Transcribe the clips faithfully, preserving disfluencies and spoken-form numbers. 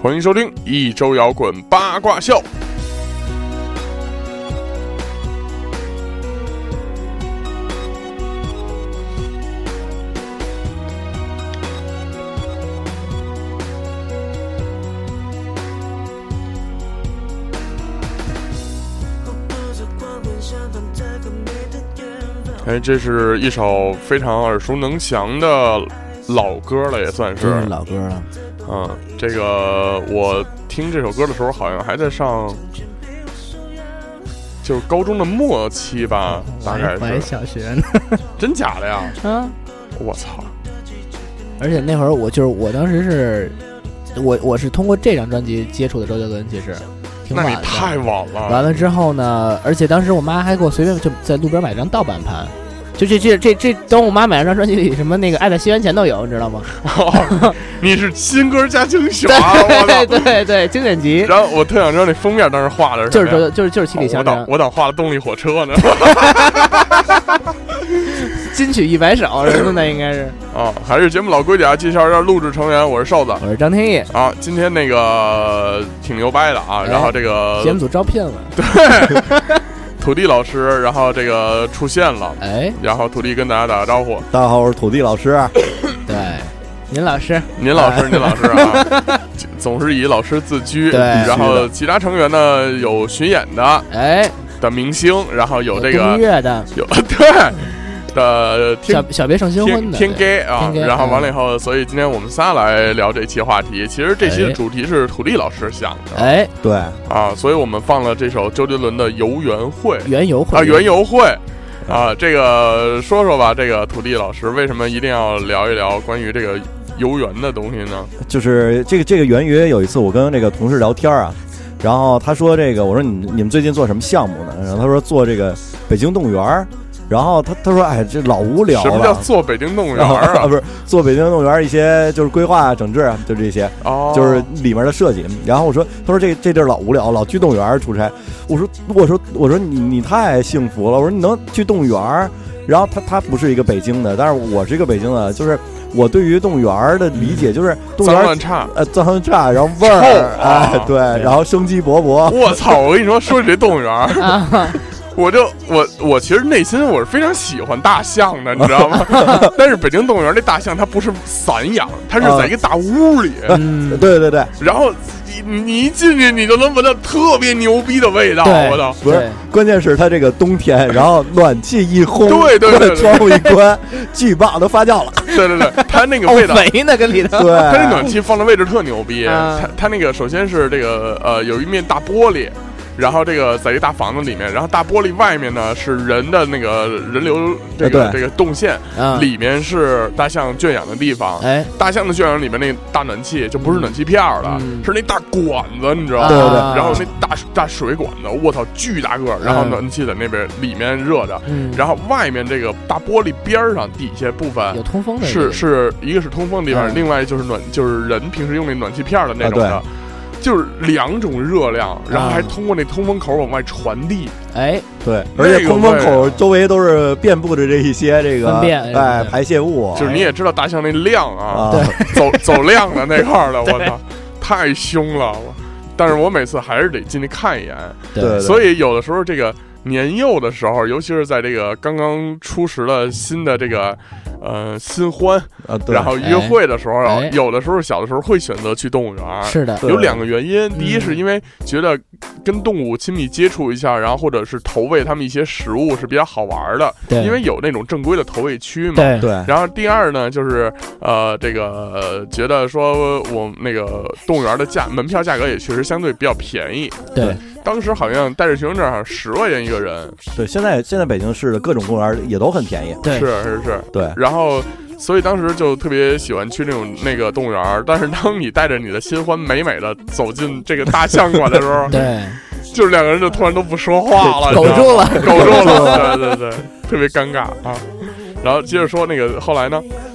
欢迎收听一周摇滚八卦秀。哎，这是一首非常耳熟能详的老歌了，也算是老歌了。 嗯，这个我听这首歌的时候，好像还在上，就是高中的末期吧，大概是。 我还小学呢。 真假的呀？ 啊！ 我操！ 而且那会儿我就是我当时是，我我是通过这张专辑接触的周杰伦，其实。 那你太晚了。 完了之后呢，而且当时我妈还给我随便就在路边买张盗版盘，就这这这这，等我妈买了张专辑里什么那个《爱在西元前》都有，你知道吗？ 哦、你是新歌加精选， 对对对对，精选集。 然后我特想知道那封面当时画的是就是就是就是就是七里香肠、哦。我当我当画了动力火车呢。 金曲一百首什么的应该是啊，还是节目老规矩啊，介绍一下录制成员，我是瘦子， 我是张天翼啊。今天那个挺牛掰的啊，哎、然后这个节目组招聘了， 对，土地老师，然后这个出现了， 哎， 然后土地跟大家打个招呼。 大家好，我是土地老师。 对，您老师， 您老师，您老师啊，总是以老师自居。 对， 然后其他成员呢有巡演的， 哎。 的明星，然后有这个音乐的， 有对的小小别胜新婚的天gay啊，然后完了以后，所以今天我们仨来聊这期话题。其实这期的主题是土地老师想的， 哎， 对啊，所以我们放了这首周杰伦的《游园会》， 园游会啊，园游会啊，这个说说吧，这个土地老师为什么一定要聊一聊关于这个游园的东西呢？ 就是这个这个园约有一次我跟这个同事聊天啊。然后他说这个，我说你你们最近做什么项目呢？然后他说做这个北京动物园。然后他他说哎，这老无聊了。 什么叫做北京动物园啊？ 不是做北京动物园一些就是规划啊、整治啊，就这些， 哦， 就是里面的设计。然后我说，他说这这地儿老无聊，老去动物园出差。我说我说我说你你太幸福了。我说你能去动物园。然后他他不是一个北京的，但是我是一个北京的，就是我对于动物园的理解就是动物园脏乱差， 呃脏乱差，然后味儿，哎、啊、对，然后生机勃勃。 我操！我跟你说说这动物园。我就我我其实内心我是非常喜欢大象的，你知道吗？但是北京动物园那大象它不是散养，它是在一个大屋里。 嗯，对对对。 然后你你一进去，你就能闻到特别牛逼的味道。我操！ 不是，关键是它这个冬天，然后暖气一轰， 对对 对, 对， 窗户一关，巨棒，都发酵了。 对对对，它那个味道， 肥呢跟里头。 对， 它那暖气放的位置特牛逼。 啊、 它它那个首先是这个呃有一面大玻璃。然后这个在一大房子里面，然后大玻璃外面呢是人的那个人流这个这个动线， 嗯、 里面是大象圈养的地方。 哎， 大象的圈养里面那大暖气就不是暖气片了，嗯、是那大管子，你知道吗？ 对对对。 然后那大大水管子，我操，巨大个，然后暖气在那边里面热着， 嗯、 然后外面这个大玻璃边上底下部分有通风的， 是是一个是通风的地方， 嗯、 另外就是暖就是人平时用那暖气片的那种的。 啊就是两种热量，然后还通过那通风口往外传递。 哎， 对，而且通风口周围都是遍布着这一些这个哎排泄物。 就是你也知道大象那量啊， 对， 走走量的那块儿的，我操，太凶了！我，但是我每次还是得进去看一眼。 对， 所以有的时候这个年幼的时候，尤其是在这个刚刚初识了新的这个。呃，新欢啊， 然后约会的时候， 哎、 有的时候小的时候会选择去动物园。 是的， 有两个原因。第一是因为觉得跟动物亲密接触一下，然后或者是投喂它们一些食物是比较好玩的，因为有那种正规的投喂区嘛。 对对。 然后第二呢，就是呃，这个、呃、觉得说我那个动物园的价门票价格也确实相对比较便宜。 对。 当时好像带着学生证好像十块钱一个人。 对，现在现在北京市的各种公园也都很便宜。 对， 是是是， 对。 然后，所以当时就特别喜欢去那种那个动物园。但是当你带着你的新欢美美的走进这个大象馆的时候， 对， 就是两个人就突然都不说话了， 苟住了， 苟住了，对对对，特别尴尬啊。然后接着说那个后来呢？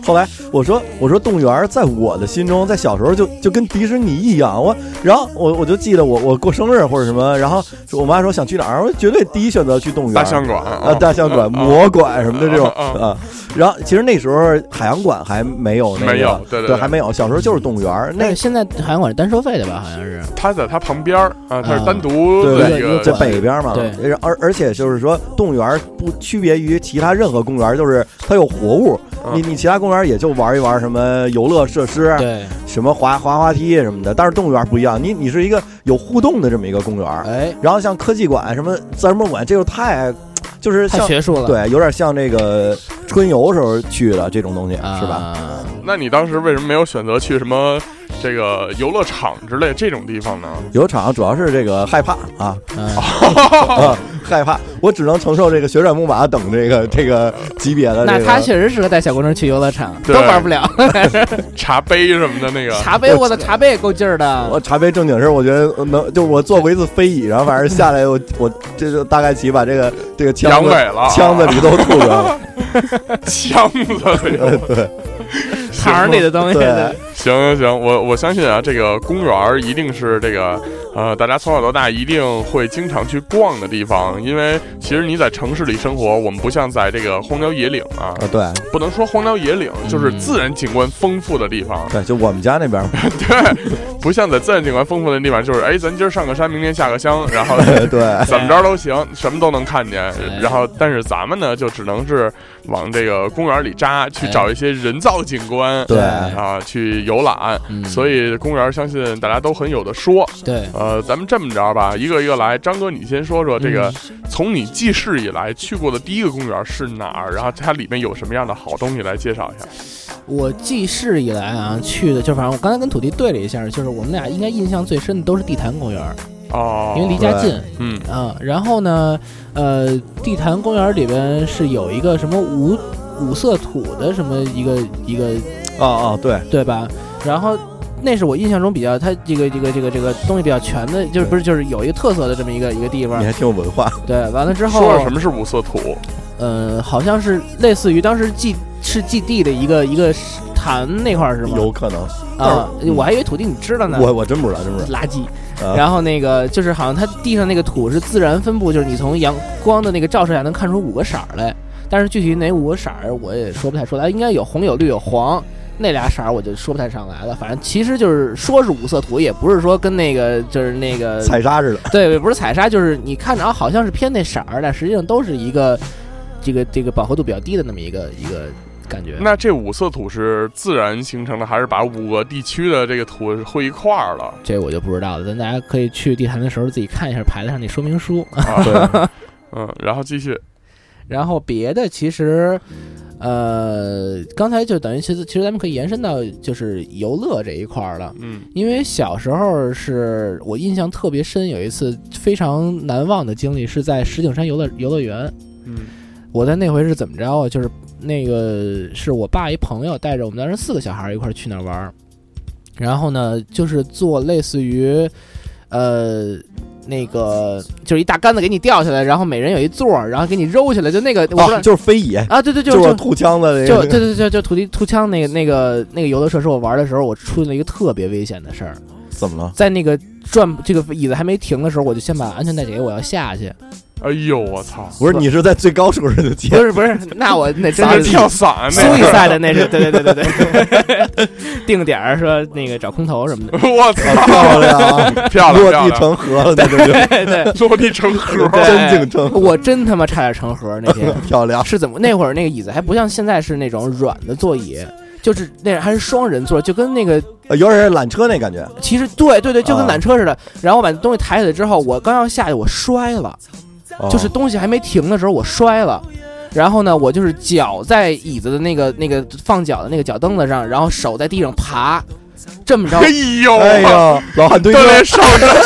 后来我说我说动物园在我的心中，在小时候就就跟迪士尼一样。我然后我我就记得我我过生日或者什么，然后我妈说想去哪儿，我绝对第一选择去动物园， 大象馆啊，大象馆、魔馆什么的这种啊。然后其实那时候海洋馆还没有那个， 没有，对对对，还没有。小时候就是动物园。那现在海洋馆是单收费的吧？好像是。 它在它旁边啊，它是单独的一个在北边嘛。 对， 而而且就是说，动物园不区别于其他任何公园，就是它有活物。你你其他公园也就玩一玩什么游乐设施， 对， 什么滑滑滑梯什么的，但是动物园不一样，你你是一个有互动的这么一个公园。 哎， 然后像科技馆什么自然博物馆，这就太就是太学术了， 对，有点像这个春游时候去的这种东西， 啊、 是吧？ 那你当时为什么没有选择去什么这个游乐场之类这种地方呢？ 游乐场主要是这个害怕啊，嗯啊害怕，我只能承受这个旋转木马等这个这个级别的、这个。 那他确实适合带小姑娘去游乐场，都玩不了。 茶杯什么的那个茶杯，我的茶杯也够劲儿的。 我茶杯正经事，我觉得能，就我坐过一次飞椅，然后反正下来我我这就大概齐把这个这个枪子枪子里都吐出来了， 枪子里对。 肠里的东西， 行行行，我我相信啊，这个公园一定是这个呃，大家从小到大一定会经常去逛的地方，因为其实你在城市里生活，我们不像在这个荒郊野岭啊， 啊对， 不能说荒郊野岭，就是自然景观丰富的地方， 对，就我们家那边， 对，不像在自然景观丰富的地方，就是哎，咱今儿上个山，明天下个乡，然后对， 怎么着都行，什么都能看见，然后但是咱们呢，就只能是往这个公园里扎，去找一些人造景观。 对啊，去游览、 嗯， 所以公园相信大家都很有的说。 对， 呃，咱们这么着吧，一个一个来。张哥，你先说说这个，嗯、从你记事以来去过的第一个公园是哪儿？然后它里面有什么样的好东西来介绍一下？ 我记事以来啊，去的就反正我刚才跟土地对了一下，就是我们俩应该印象最深的都是地坛公园。 哦， 因为离家近， 嗯啊，然后呢，呃，地坛公园里边是有一个什么五五色土的什么一个一个。 哦哦，对对吧？然后那是我印象中比较，它这个这个这个这个东西比较全的，就是不是就是有一个特色的这么一个一个地方。 你还挺有文化。 对，完了之后说说什么是五色土？ 呃，好像是类似于当时祭是祭地的一个一个坛那块儿是吗？ 有可能啊，嗯、我还以为土地你知道呢。 我我真不知道，真不知道。 垃圾。啊、然后那个就是好像它地上那个土是自然分布，就是你从阳光的那个照射下能看出五个色儿来，但是具体哪五个色儿我也说不太出来，应该有红有绿有黄。那俩色儿我就说不太上来了，反正其实就是说是五色土，也不是说跟那个就是那个彩砂似的， 对，不是彩砂，就是你看着、啊、好像是偏那色儿，但实际上都是一个这个这个饱和度比较低的那么一个一个感觉。 那这五色土是自然形成的，还是把五个地区的这个土汇一块儿了？ 这我就不知道了，但大家可以去地坛的时候自己看一下牌子上那说明书。 啊、对，嗯，然后继续， 然后别的其实。呃，刚才就等于其实其实咱们可以延伸到就是游乐这一块了， 嗯， 因为小时候是我印象特别深，有一次非常难忘的经历是在石景山游乐游乐园， 嗯， 我在那回是怎么着啊？就是那个是我爸一朋友带着我们当时四个小孩一块去那玩，然后呢就是做类似于呃。那个就是一大杆子给你吊下来，然后每人有一座，然后给你揉下来，就那个我不知道、 哦、就是飞椅啊，对对，就就是吐枪的那个， 就对对对，就土地吐枪那个那个那个游乐设施，我玩的时候，我出现了一个特别危险的事儿。 怎么了？ 在那个转这个椅子还没停的时候，我就先把安全带解，我要下去。 哎呦我操！ 不是你是在最高处就接？ 不是不是，那我那真是跳伞， 苏一赛的那是，对对对对对，定点说那个找空投什么的。 我操， 漂亮漂亮， 落地成盒了，对对对对， 落地成盒， 真景成盒。 我真他妈差点成盒那天， 漂亮。 是怎么？那会儿那个椅子还不像现在是那种软的座椅。就是那还是双人座，就跟那个有点缆车那感觉。 其实对对对，就跟缆车似的。啊、然后我把东西抬起来之后，我刚要下去，我摔了。哦、就是东西还没停的时候，我摔了。然后呢，我就是脚在椅子的那个那个放脚的那个脚蹬子上，然后手在地上爬，这么着。 哎呦哎呦，老汉堆对上着。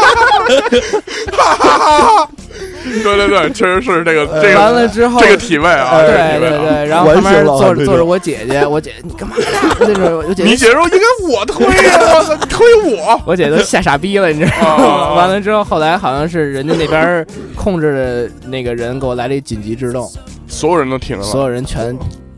对对对，确实是这个这个。 完了之后， 这个体位啊， 对对对，然后旁边坐着坐着我姐姐，我姐你干嘛呀？那种我姐， 你姐说应该我推呀，我推我， 我姐都吓傻逼了，你知道吗？完了之后，后来好像是人家那边控制的那个人给我来了一紧急制动， 所有人都停了， 所有人全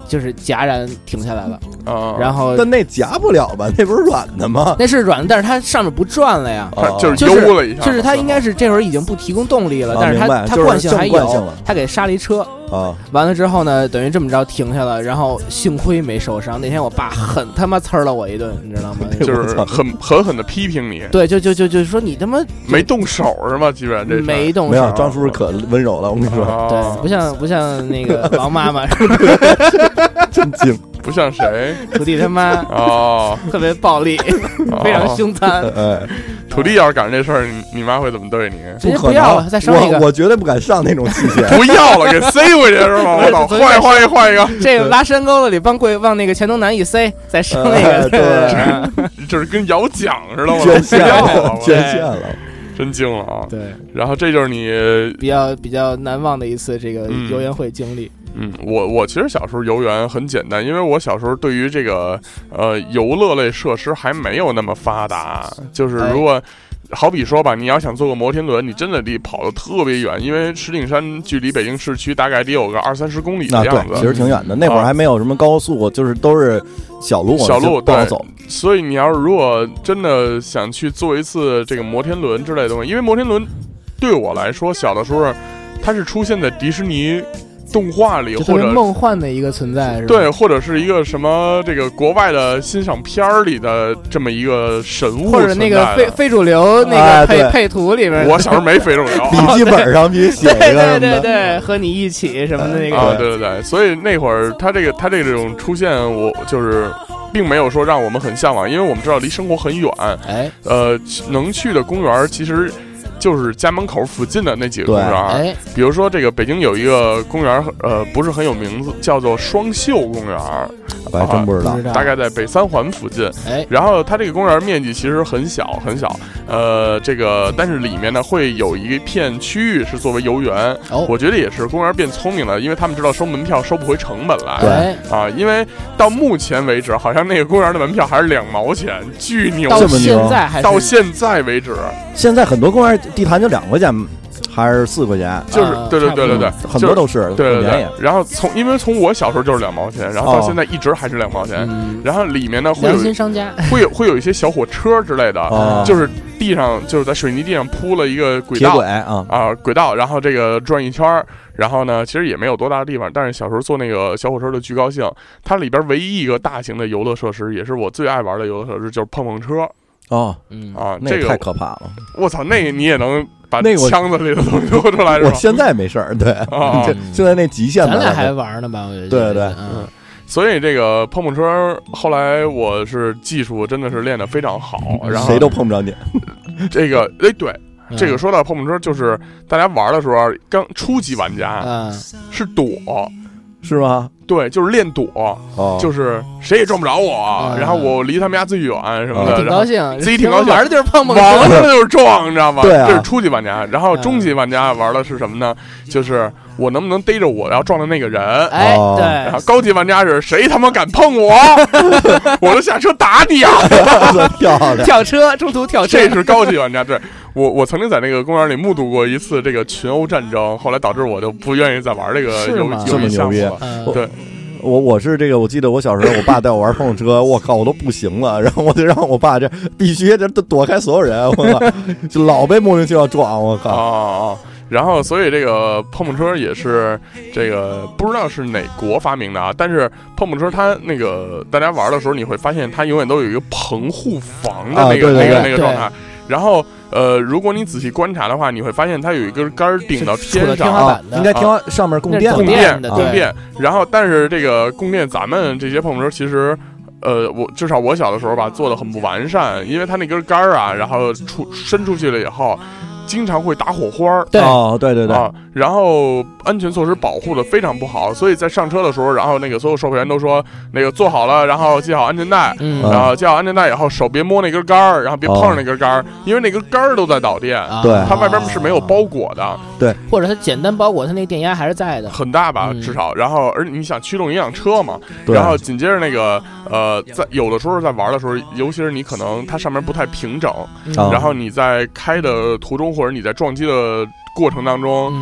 就是戛然停下来了， 啊， 然后但那夹不了吧？那不是软的吗？ 那是软的，但是它上面不转了呀， 它就是就是悠了一下， 就是它应该是这会儿已经不提供动力了， 啊但是它它就是惯性还有正惯性了， 它给刹了一车。 啊， 完了之后呢，等于这么着停下了，然后幸亏没受伤。那天我爸狠他妈呲了我一顿，你知道吗？ 就是很狠狠的批评你。 对，就就就就说你他妈没动手是吗？基本上这没动手。 没有，张叔叔可温柔了，我跟你说， 啊、 对，不像不像那个王妈妈， 真精， 不像谁？ 土地他妈哦， 特别暴力，非常凶残。 哎， 土地要是赶上这事儿，你你妈会怎么对你？ 直接不要了，再生一个。 我我绝对不敢上那种器械， 不要了，给塞回去是吗？我操，换换一个，换一个。 这个拉山沟子里，帮贵往那个黔东南一塞，再生一个。 对， 就是跟摇奖似的，我捐献了， 捐献了， 真惊了啊！ 对， 然后这就是你比较比较难忘的一次这个游园会经历。 嗯，我我其实小时候游园很简单，因为我小时候对于这个呃游乐类设施还没有那么发达，就是如果。好比说吧，你要想坐个摩天轮，你真的得跑得特别远，因为石景山距离北京市区大概得有个二三十公里的样子， 其实挺远的。那会儿还没有什么高速，啊、就是都是小路， 小路不好走。 所以你要是如果真的想去坐一次这个摩天轮之类的东西，因为摩天轮对我来说，小的时候它是出现在迪士尼动画里，或者梦幻的一个存在，是吧？ 对，或者是一个什么这个国外的欣赏片儿里的这么一个神物， 或者那个非非主流那个配、哎、配图里面， 我小时候没非主流， 笔记本上必须写一个对对对对，和你一起什么的那个啊，对对对，所以那会儿他这个他这种出现，我就是并没有说让我们很向往，因为我们知道离生活很远， 哎， 呃，能去的公园其实。就是家门口附近的那几个公园， 哎， 比如说这个北京有一个公园，呃，不是很有名字，叫做双秀公园， 我还真不知道， 大概在北三环附近。 哎， 然后它这个公园面积其实很小很小，呃，这个但是里面呢会有一片区域是作为游园。 哦， 我觉得也是公园变聪明了，因为他们知道收门票收不回成本来。 对啊，因为到目前为止，好像那个公园的门票还是两毛钱，巨牛！ 到现在还是到现在为止， 现在很多公园地坛就两块钱。还是四块钱， 就是对对对对对， 很多都是对对对。然后从因为从我小时候就是两毛钱，然后到现在一直还是两毛钱。然后里面呢会有良心商家， 会有会有一些小火车之类的，就是地上就是在水泥地上铺了一个轨道啊啊轨道，然后这个转一圈，然后呢其实也没有多大的地方，但是小时候坐那个小火车的巨高兴。它里边唯一一个大型的游乐设施，也是我最爱玩的游乐设施，就是碰碰车。 哦， 嗯啊， 那个太可怕了！ 我操，那个你也能把那个箱子里的东西拖出来是吧？ 我现在没事儿，对， 啊， 现在那极限， 咱俩还玩呢吧？我觉得， 对对对， 嗯。 所以这个碰碰车，后来我是技术真的是练得非常好，然后谁都碰不着你。 这个，哎，对。这个说到碰碰车，就是大家玩的时候，刚初级玩家嗯是躲， 是吗？ 对，就是练躲， 哦、 就是谁也撞不着我， 嗯、 然后我离他们家最远什么的， 挺高兴， 自己挺高兴， 玩的就是碰碰车， 玩的就是撞，你知道吗？ 对啊， 这是初级玩家。然后中级玩家玩的是什么呢？就是我能不能逮着我要撞的那个人？ 哎，对。 然后高级玩家是谁他妈敢碰我，我就下车打你啊！ 漂亮， 跳车，中途跳车， 这是高级玩家。对。我我曾经在那个公园里目睹过一次这个群殴战争，后来导致我就不愿意再玩这个游游戏项目了。对， 我我是这个，我记得我小时候，我爸带我玩碰碰车，我靠，我都不行了，然后我就让我爸这必须得躲开所有人，我靠，就老被莫名其妙撞，我靠。 啊啊！然后，所以这个碰碰车也是这个不知道是哪国发明的啊，但是碰碰车它那个大家玩的时候，你会发现它永远都有一个棚户房的那个、 啊、 那个那个状态，然后。呃，如果你仔细观察的话，你会发现它有一根杆顶到天上， 天花板的应该天花上面供电， 供电的供电。然后，但是这个供电，咱们这些碰碰车其实，呃，我至少我小的时候吧，做的很不完善，因为它那根杆啊，然后出伸出去了以后。经常会打火花， 对哦，对对对、 啊，然后安全措施保护的非常不好，所以在上车的时候，然后那个所有售票员都说，那个坐好了，然后系好安全带， 嗯， 然后系好安全带以后，手别摸那根杆儿，然后别碰上那根杆儿，哦、因为那根杆儿都在导电， 对、 啊，它外边是没有包裹的， 对， 或者它简单包裹，它那个电压还是在的， 很大吧，至少，然后而你想驱动一辆车嘛，然后紧接着那个呃，在有的时候在玩的时候，尤其是你可能它上面不太平整， 嗯、 然后你在开的途中或者你在撞击的。过程当中， 嗯、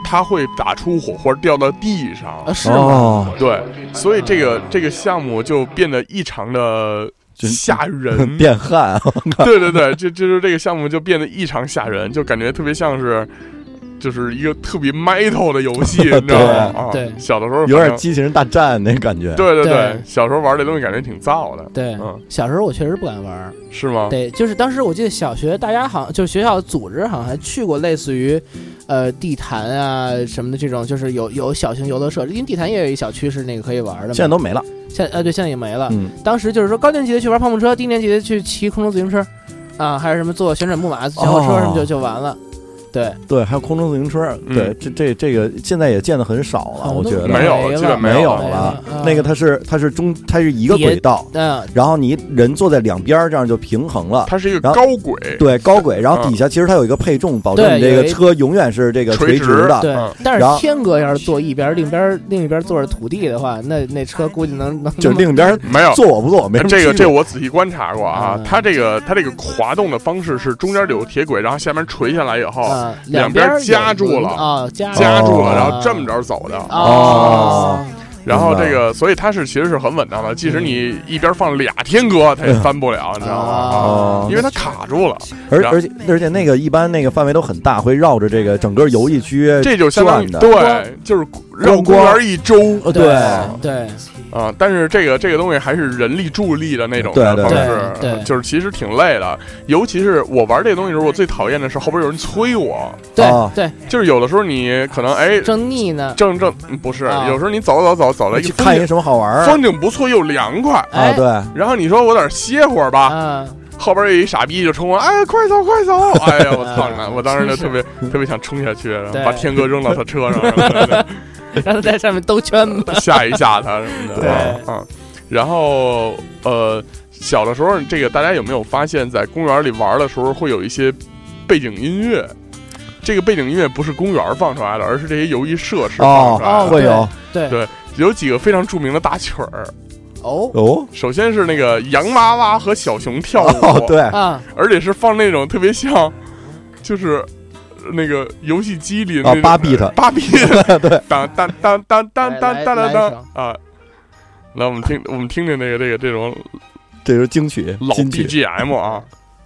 它会打出火花掉到地上。 啊，是吗？ 哦， 对，所以这个这个项目就变得异常的吓人， 变悍。 对对对，就就是这个项目就变得异常吓人，就感觉特别像是。就是一个特别 metal 的游戏，你知道吗？啊， 对， 小的时候有点机器人大战那感觉。 对对对， 对小时候玩这东西感觉挺燥的。 对， 嗯， 小时候我确实不敢玩。 是吗？ 对，就是当时我记得小学大家好像就是学校组织好像还去过类似于，呃，地坛啊什么的这种，就是有有小型游乐设施，因为地坛也有一小区是那个可以玩的嘛。 现在都没了。 现呃对，现在也没了。 嗯， 当时就是说高年级的去玩碰碰车，低年级的去骑空中自行车，啊，还是什么坐旋转木马、小火车什么就、哦、就完了。对对，还有空中自行车， 嗯、 对，这这这个现在也见的很少了，我觉得没有，基本没有了。那个它是它是中，它是一个轨道， 嗯， 然后你人坐在两边，这样就平衡了。 它是一个高轨， 对，高轨，然后底下其实它有一个配重，保证你这个车永远是这个垂直的。 对，但是天哥要是坐一边，另一边另一边坐着土地的话，那那车估计能能就另一边没有坐我不坐，没这个这我仔细观察过啊，它这个它这个滑动的方式是中间有铁轨，然后下面垂下来以后，两边。夹住了啊，夹夹住了，然后这么着走的哦。 然后这个，所以它是其实是很稳当的，即使你一边放俩天鸽，它也翻不了，你知道吗？ 哦， 因为它卡住了。 而而且而且那个一般那个范围都很大，会绕着这个整个游艺区， 这就相当于对，就是绕公园一周。 对对。 啊、呃，但是这个这个东西还是人力助力的那种的方式， 对，对对就是其实挺累的。尤其是我玩这个东西的时候，我最讨厌的是后边有人催我。 对、 哦、 对， 就是有的时候你可能哎正腻呢， 正正不是、啊，有时候你走走走走了一个看一个什么好玩， 风景不错又凉快啊，对。 然后你说我在这歇会儿吧。 啊后边有一傻逼就冲我，哎，快走快走！哎呀，我操你妈！我当时就特别特别想冲下去，然后把天哥扔到他车上， 让他在上面兜圈子， 吓一吓他什么的。 对， 啊，然后呃，小的时候，这个大家有没有发现，在公园里玩的时候会有一些背景音乐？这个背景音乐不是公园放出来的，而是这些游艺设施放出来的。 哦， 会有， 对对，有几个非常著名的大曲儿。 哦哦， 首先是那个洋娃娃和小熊跳舞， 哦、对啊， 而且是放那种特别像，就是那个游戏机里那八 bit 八 bit， 对， 当当当当当当当当当啊！来，我们听我们听听那个这个这种， 这是京曲老 B G M 啊。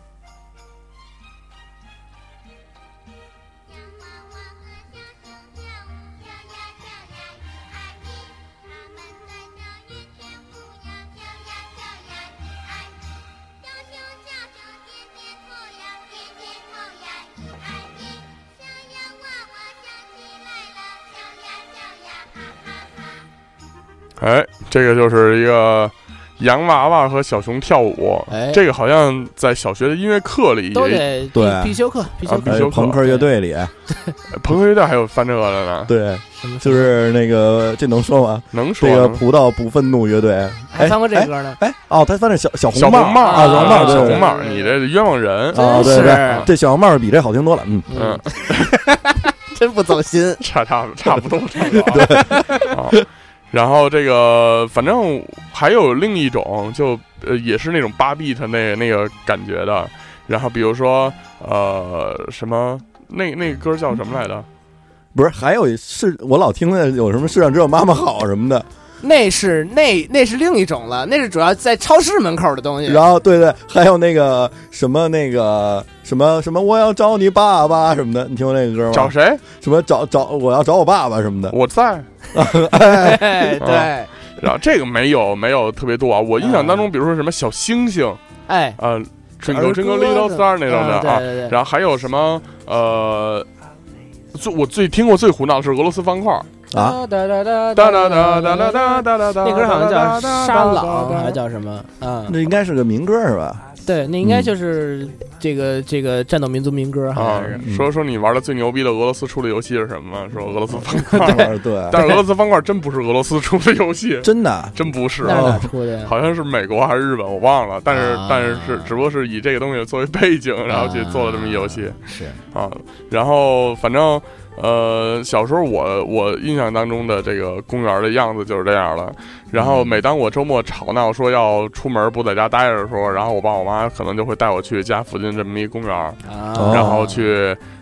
哎，这个就是一个洋娃娃和小熊跳舞， 哎， 这个好像在小学的音乐课里都得对必修课，必修课， 必修课。 朋克乐队里， 朋克乐队还有翻这个的呢。 对，就是那个这能说吗？ 能说。 这个葡萄不愤怒乐队还翻过这歌呢。 哎，哦，他翻这小小红帽啊， 小红帽， 小红帽，你这冤枉人啊！对对，这小红帽比这好听多了。嗯嗯， 真不走心， 差差差不多，差不多。对。然后这个反正还有另一种，就呃也是那种八 bit 那那个感觉的。然后比如说呃什么那那个歌叫什么来着？ 不是，还有是我老听的有什么世上只有妈妈好什么的。 那是那那是另一种了，那是主要在超市门口的东西。 然后对对，还有那个什么那个什么什么我要找你爸爸什么的，你听过那个歌吗？ 找谁？ 什么找找我要找我爸爸什么的。 我在。 哎，对。 啊、然后这个没有没有特别多啊，我印象当中，比如说什么小星星， 哎， 呃 ，Twinkle Twinkle Little Star 那种的啊， 对对对， 然后还有什么呃，最我最听过最胡闹的是俄罗斯方块。 啊， 哒哒哒哒哒哒哒哒哒哒哒， 那歌好像叫沙朗还是叫什么啊？ 那应该是个民歌是吧？ 对，那应该就是这个这个战斗民族民歌啊。说说你玩的最牛逼的俄罗斯出的游戏是什么？说俄罗斯方块， 对， 但是俄罗斯方块真不是俄罗斯出的游戏， 真的真不是， 哪出的？ 好像是美国还是日本，我忘了。但是但是是只不过是以这个东西作为背景，然后去做了这么一游戏， 是啊。然后反正。呃，小时候我我印象当中的这个公园的样子就是这样了。然后每当我周末吵闹说要出门不在家待着的时候，然后我爸我妈可能就会带我去家附近这么一公园， 啊、 然后去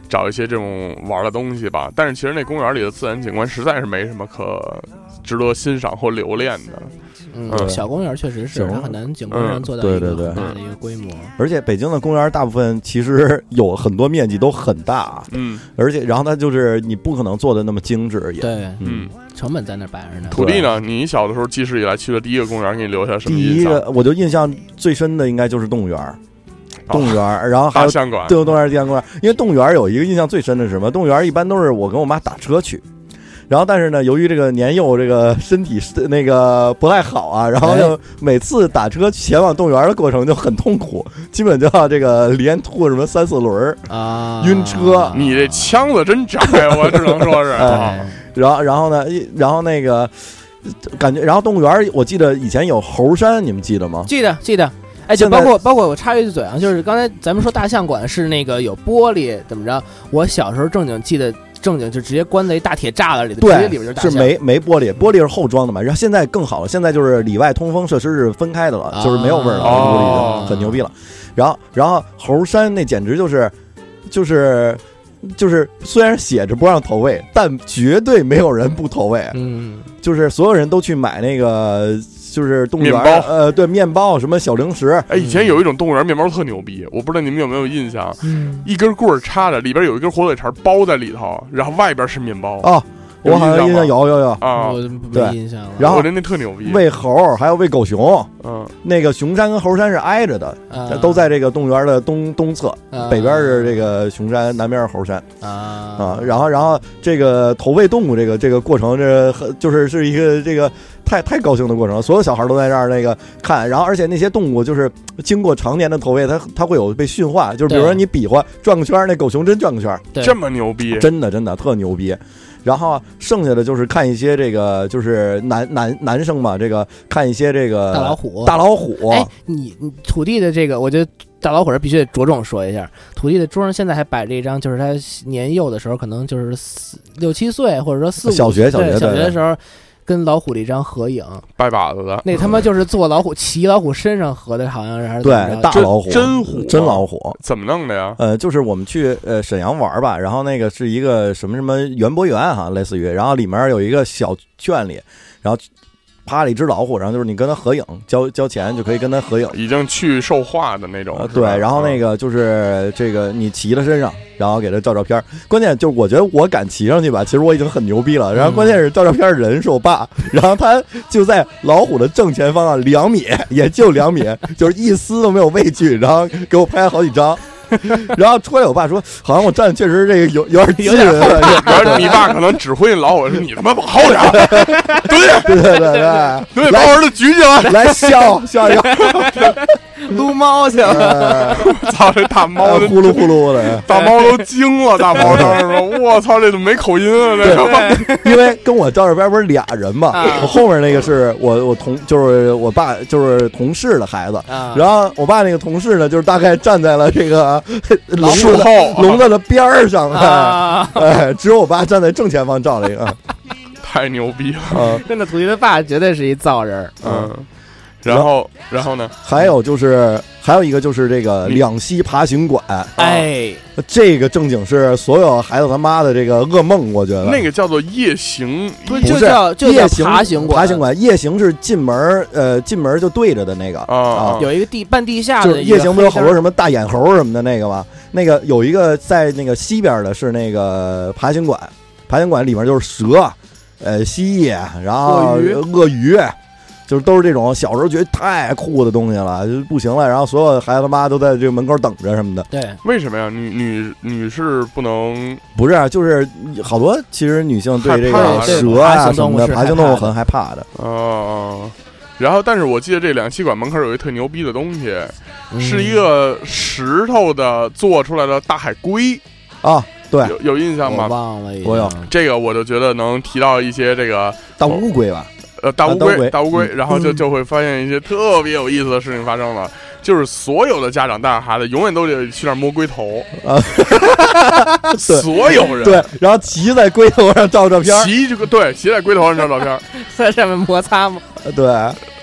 找一些这种玩的东西吧。但是其实那公园里的自然景观实在是没什么可值得欣赏或留恋的。 嗯，嗯小公园确实是它很难景观上做到一个很大的一个规模。 嗯、而且北京的公园大部分其实有很多面积都很大， 嗯， 而且然后它就是你不可能做的那么精致也， 对， 嗯， 成本在那摆着呢。 土地呢？你小的时候记事以来去的第一个公园，给你留下什么印象？ 第一个我就印象最深的应该就是动物园。动物园、哦，然后还有大象馆， 对，动物园、大象公园。因为动物园有一个印象最深的是什么？动物园一般都是我跟我妈打车去，然后但是呢，由于这个年幼，这个身体那个不太好啊，然后就每次打车前往动物园的过程就很痛苦，基本就要这个连吐什么三四轮啊， 晕车。 你这腔子真窄，我只能说是。 哎、然后，然后呢，然后那个感觉，然后动物园，我记得以前有猴山，你们记得吗？ 记得，记得。哎，就包括包括我插一句嘴啊，就是刚才咱们说大象馆是那个有玻璃怎么着？我小时候正经记得正经就直接关在一大铁栅栏里的， 对， 直接里边就是大象， 是没没玻璃，玻璃是后装的嘛。然后现在更好了，现在就是里外通风设施是分开的了，啊、就是没有味儿了， 哦， 很牛逼了。然后然后猴山那简直就是就是就是虽然写着不让投喂，但绝对没有人不投喂， 嗯， 就是所有人都去买那个。就是动物园， 面包， 呃，对，面包什么小零食。 哎，以前有一种动物园面包特牛逼，我不知道你们有没有印象？ 嗯， 一根棍儿插着，里边有一根火腿肠包在里头，然后外边是面包。 哦，我好像印象有有有啊， 我没印象了。 然后我觉得那特牛逼， 喂猴还有喂狗熊。 嗯， 那个熊山跟猴山是挨着的， 啊、 都在这个动物园的东东侧， 啊、 北边是这个熊山，南边是猴山啊啊。然后然后这个投喂动物这个这个过程，这就是是一个这个。太太高兴的过程，所有小孩都在这儿那个看，然后而且那些动物就是经过常年的投喂，它它会有被驯化，就是比如说你比划转个圈，那狗熊真转个圈， 这么牛逼， 真的真的特牛逼。然后剩下的就是看一些这个就是男男男生嘛，这个看一些这个大老虎， 大老虎。 哎，你你土地的这个，我觉得大老虎是必须得着重说一下。土地的桌上现在还摆着一张，就是他年幼的时候，可能就是四六七岁，或者说四五小学小学小学的时候。跟老虎的一张合影， 拜把子的， 那他妈就是坐老虎骑老虎身上合的，好像是还是对大老虎真虎真老虎怎么弄的呀？ 呃，就是我们去呃沈阳玩吧，然后那个是一个什么什么园博园哈，类似于，然后里面有一个小圈里，然后趴了一只老虎，然后就是你跟它合影，交交钱就可以跟它合影， 已经去兽化的那种。 呃、对，然后那个就是这个你骑在身上，然后给它照照片。关键就是我觉得我敢骑上去吧，其实我已经很牛逼了。然后关键是照照片的人是我爸，然后他就在老虎的正前方啊，两米，也就两米，就是一丝都没有畏惧，然后给我拍了好几张。然后出来，我爸说：“好像我站确实这个有有点有点后然后你爸可能指挥老虎说：“你他妈往后点，对对对对对， 对，把我儿子举起来， 来笑笑笑， 撸猫去了。 操，这大猫呼噜呼噜的， 大猫都惊了。大猫当时说：我操，这怎么没口音啊？这个， 因为跟我照这边不是俩人嘛，我后面那个是我我同就是我爸就是同事的孩子，然后我爸那个同事呢，就是大概站在了这个。”笼子后笼子的边儿上， 啊、 哎，只有我爸站在正前方照了一个， 太牛逼了！ 嗯、 真的，土地的爸绝对是一造人。 嗯，然后，然后呢？ 还有就是，还有一个就是这个两栖爬行馆， 哎， 这个正经是所有孩子他妈的这个噩梦，我觉得那个叫做夜行， 不是就叫就叫爬行馆， 爬行馆夜行是进门呃进门就对着的那个啊， 有一个地半地下的，就是夜行不有好多什么大眼猴什么的那个吗？那个有一个在那个西边的是那个爬行馆，爬行馆里面就是蛇，呃蜥蜴，然后鳄鱼， 鳄鱼。就是都是这种小时候觉得太酷的东西了，就不行了。然后所有孩子他妈都在这个门口等着什么的。 对， 为什么呀？女女女士不能？ 不是啊，就是好多其实女性对这个蛇啊什么的爬行动物很害怕的。 哦。然后，但是我记得这两栖馆门口有一特牛逼的东西， 嗯、 是一个石头的做出来的大海龟啊。对， 有有印象吗？ 我忘了， 我有这个，我就觉得能提到一些这个大乌龟吧。 呃，大乌龟，大乌龟， 嗯、 然后就就会发现一些特别有意思的事情发生了，就是所有的家长带着孩子永远都得去那儿摸龟头啊， 所有人对，然后骑在龟头上照照片， 骑这个对，骑在龟头上照照片， 在上面摩擦吗？ 对，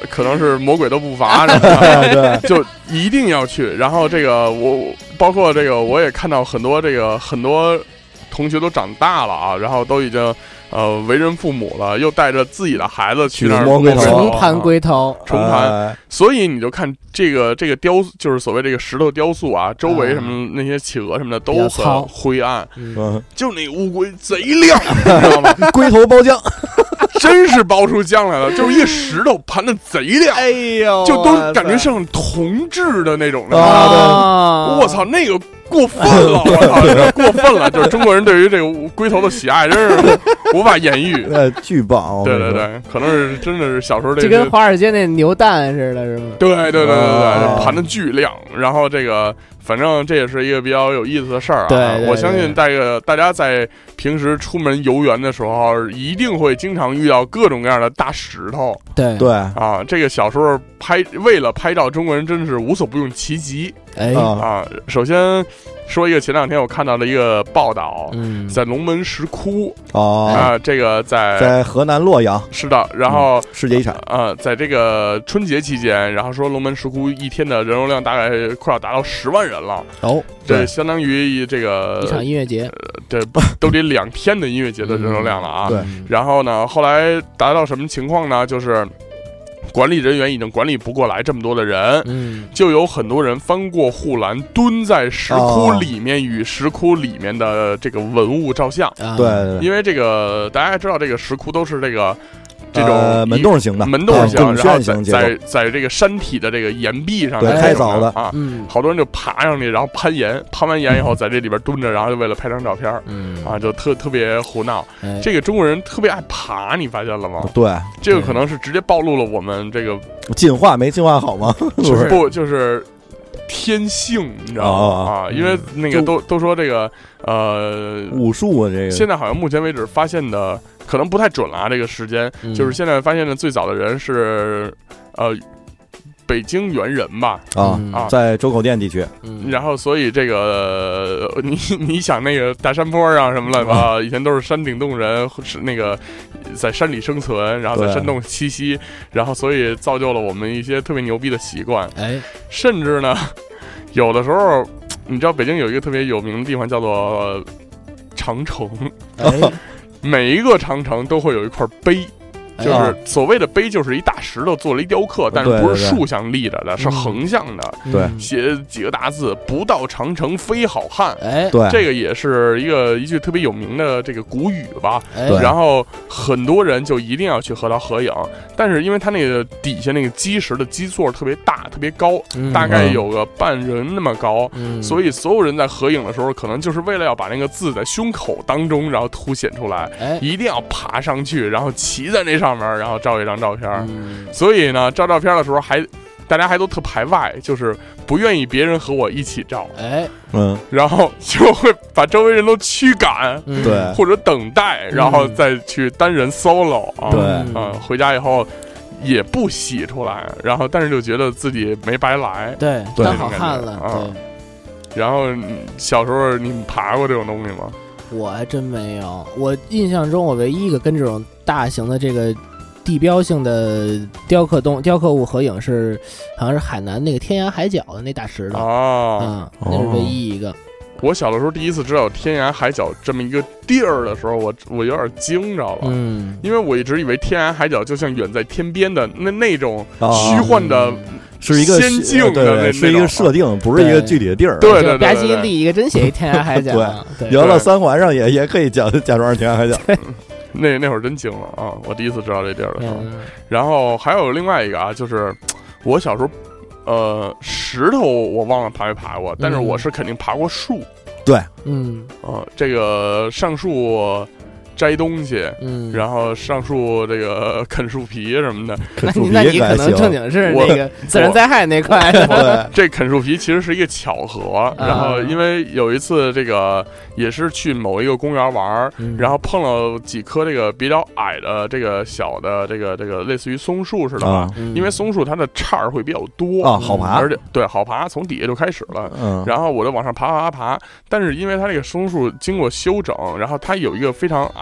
可能是魔鬼的步伐什么的， 对， 就一定要去。然后这个我包括这个我也看到很多这个很多同学都长大了啊，然后都已经呃为人父母了，又带着自己的孩子去那儿重盘归头， 重盘。所以你就看这个这个雕，就是所谓这个石头雕塑啊，周围什么那些企鹅什么的都很灰暗， 嗯， 就那乌龟贼亮，你知道吗？ 龟头包浆。 真是包出浆来了，就是一石头盘的贼亮， 哎呦， 就都感觉像铜制的那种的。 啊！ 我操，那个过分了，我操，过分了！就是中国人对于这个龟头的喜爱，真是无法言喻。 呃，巨棒！ 对对对，可能是真的是小时候这就跟华尔街那牛蛋似的，是吗？ 对对对对对，盘的巨亮，然后这个。反正这也是一个比较有意思的事儿啊！ 对对对， 我相信大家大家在平时出门游园的时候，一定会经常遇到各种各样的大石头。 对对啊，这个小时候拍为了拍照，中国人真是无所不用其极。 哎啊，首先说一个，前两天我看到了一个报道， 嗯， 在龙门石窟哦啊，这个在在河南洛阳， 是的，然后、 嗯、世界遗产啊，在这个春节期间，然后说龙门石窟一天的人流量大概快要达到十万人了哦， 这相当于这个一场音乐节， 呃，这都得两天的音乐节的人流量了啊。 对， 然后呢，后来达到什么情况呢？就是管理人员已经管理不过来这么多的人， 嗯， 就有很多人翻过护栏，蹲在石窟里面，与石窟里面的这个文物照相。 啊、 对, 对, 对，因为这个大家知道，这个石窟都是这个。这种、 呃、门洞型的， 门洞型， 嗯、 然后在在在这个山体的这个岩壁上， 对，开凿的啊， 嗯， 好多人就爬上去，然后攀岩，攀完岩以后，在这里边蹲着，然后就为了拍张照片， 嗯， 啊，就特特别胡闹。 哎、 这个中国人特别爱爬，你发现了吗？ 对， 这个可能是直接暴露了我们这个进化没进化好吗？ 就是不就是天性，你知道吗？ 哦、 啊，因为那个都都说这个呃武术啊，这个现在好像目前为止发现的。可能不太准了啊，这个时间、 嗯、 就是现在发现的最早的人是，呃，北京猿人吧？ 啊、 嗯、 啊，在周口店地区。 嗯， 然后所以这个你你想那个大山坡上什么了吧？以前都是山顶洞人，是那个在山里生存，然后在山洞栖息，然后所以造就了我们一些特别牛逼的习惯。 哎， 甚至呢，有的时候你知道北京有一个特别有名的地方叫做长城。 哎每一个长城都会有一块碑，就是所谓的碑，就是一大石头做了一雕刻，但是不是竖向立着的，是横向的， 对， 写几个大字“不到长城非好汉”。 哎， 对， 这个也是一个一句特别有名的这个古语吧。 哎， 然后很多人就一定要去和它合影，但是因为它那个底下那个基石的基座特别大、特别高， 嗯、 大概有个半人那么高， 嗯、 所以所有人在合影的时候，可能就是为了要把那个字在胸口当中，然后凸显出来。 哎， 一定要爬上去，然后骑在那上面，然后照一张照片。 嗯、 所以呢，照照片的时候还，大家还都特排外，就是不愿意别人和我一起照。 哎， 嗯， 然后就会把周围人都驱赶， 嗯、 对， 或者等待，然后再去单人 solo 啊。 对， 嗯，回家以后也不洗出来，然后但是就觉得自己没白来， 对，当好汉了。 啊、 对。 然后小时候你爬过这种东西吗？ 我还真没有，我印象中我唯一一个跟这种大型的这个地标性的雕刻动雕刻物合影是，好像是海南那个天涯海角的那大石头啊， 嗯，那是唯一一个。 我小的时候第一次知道天涯海角这么一个地儿的时候，我我有点惊着了， 嗯， 因为我一直以为天涯海角就像远在天边的那那种虚幻的。 嗯是一个仙境的那， 是一个设定，不是一个具体的地儿。 对对对， 吧唧立一个真写一天涯海角。 对，摇到三环上也也可以假假装是天涯海角。 那那会儿真惊了啊！我第一次知道这地儿的时候。然后还有另外一个啊，就是我小时候，呃，石头我忘了爬没爬过，但是我是肯定爬过树。 对， 嗯， 啊，这个上树。摘东西， 嗯， 然后上树这个啃树皮什么的。 啃树皮那你可能正经是那个自然灾害那块的。这啃树皮其实是一个巧合，然后因为有一次这个也是去某一个公园玩， 嗯、 然后碰了几棵这个比较矮的这个小的这个这个类似于松树似的吧， 啊因为松树它的杈儿会比较多啊，好爬， 而且对好爬，从底下就开始了。 嗯， 然后我就往上爬爬爬，但是因为它这个松树经过修整，然后它有一个非常矮。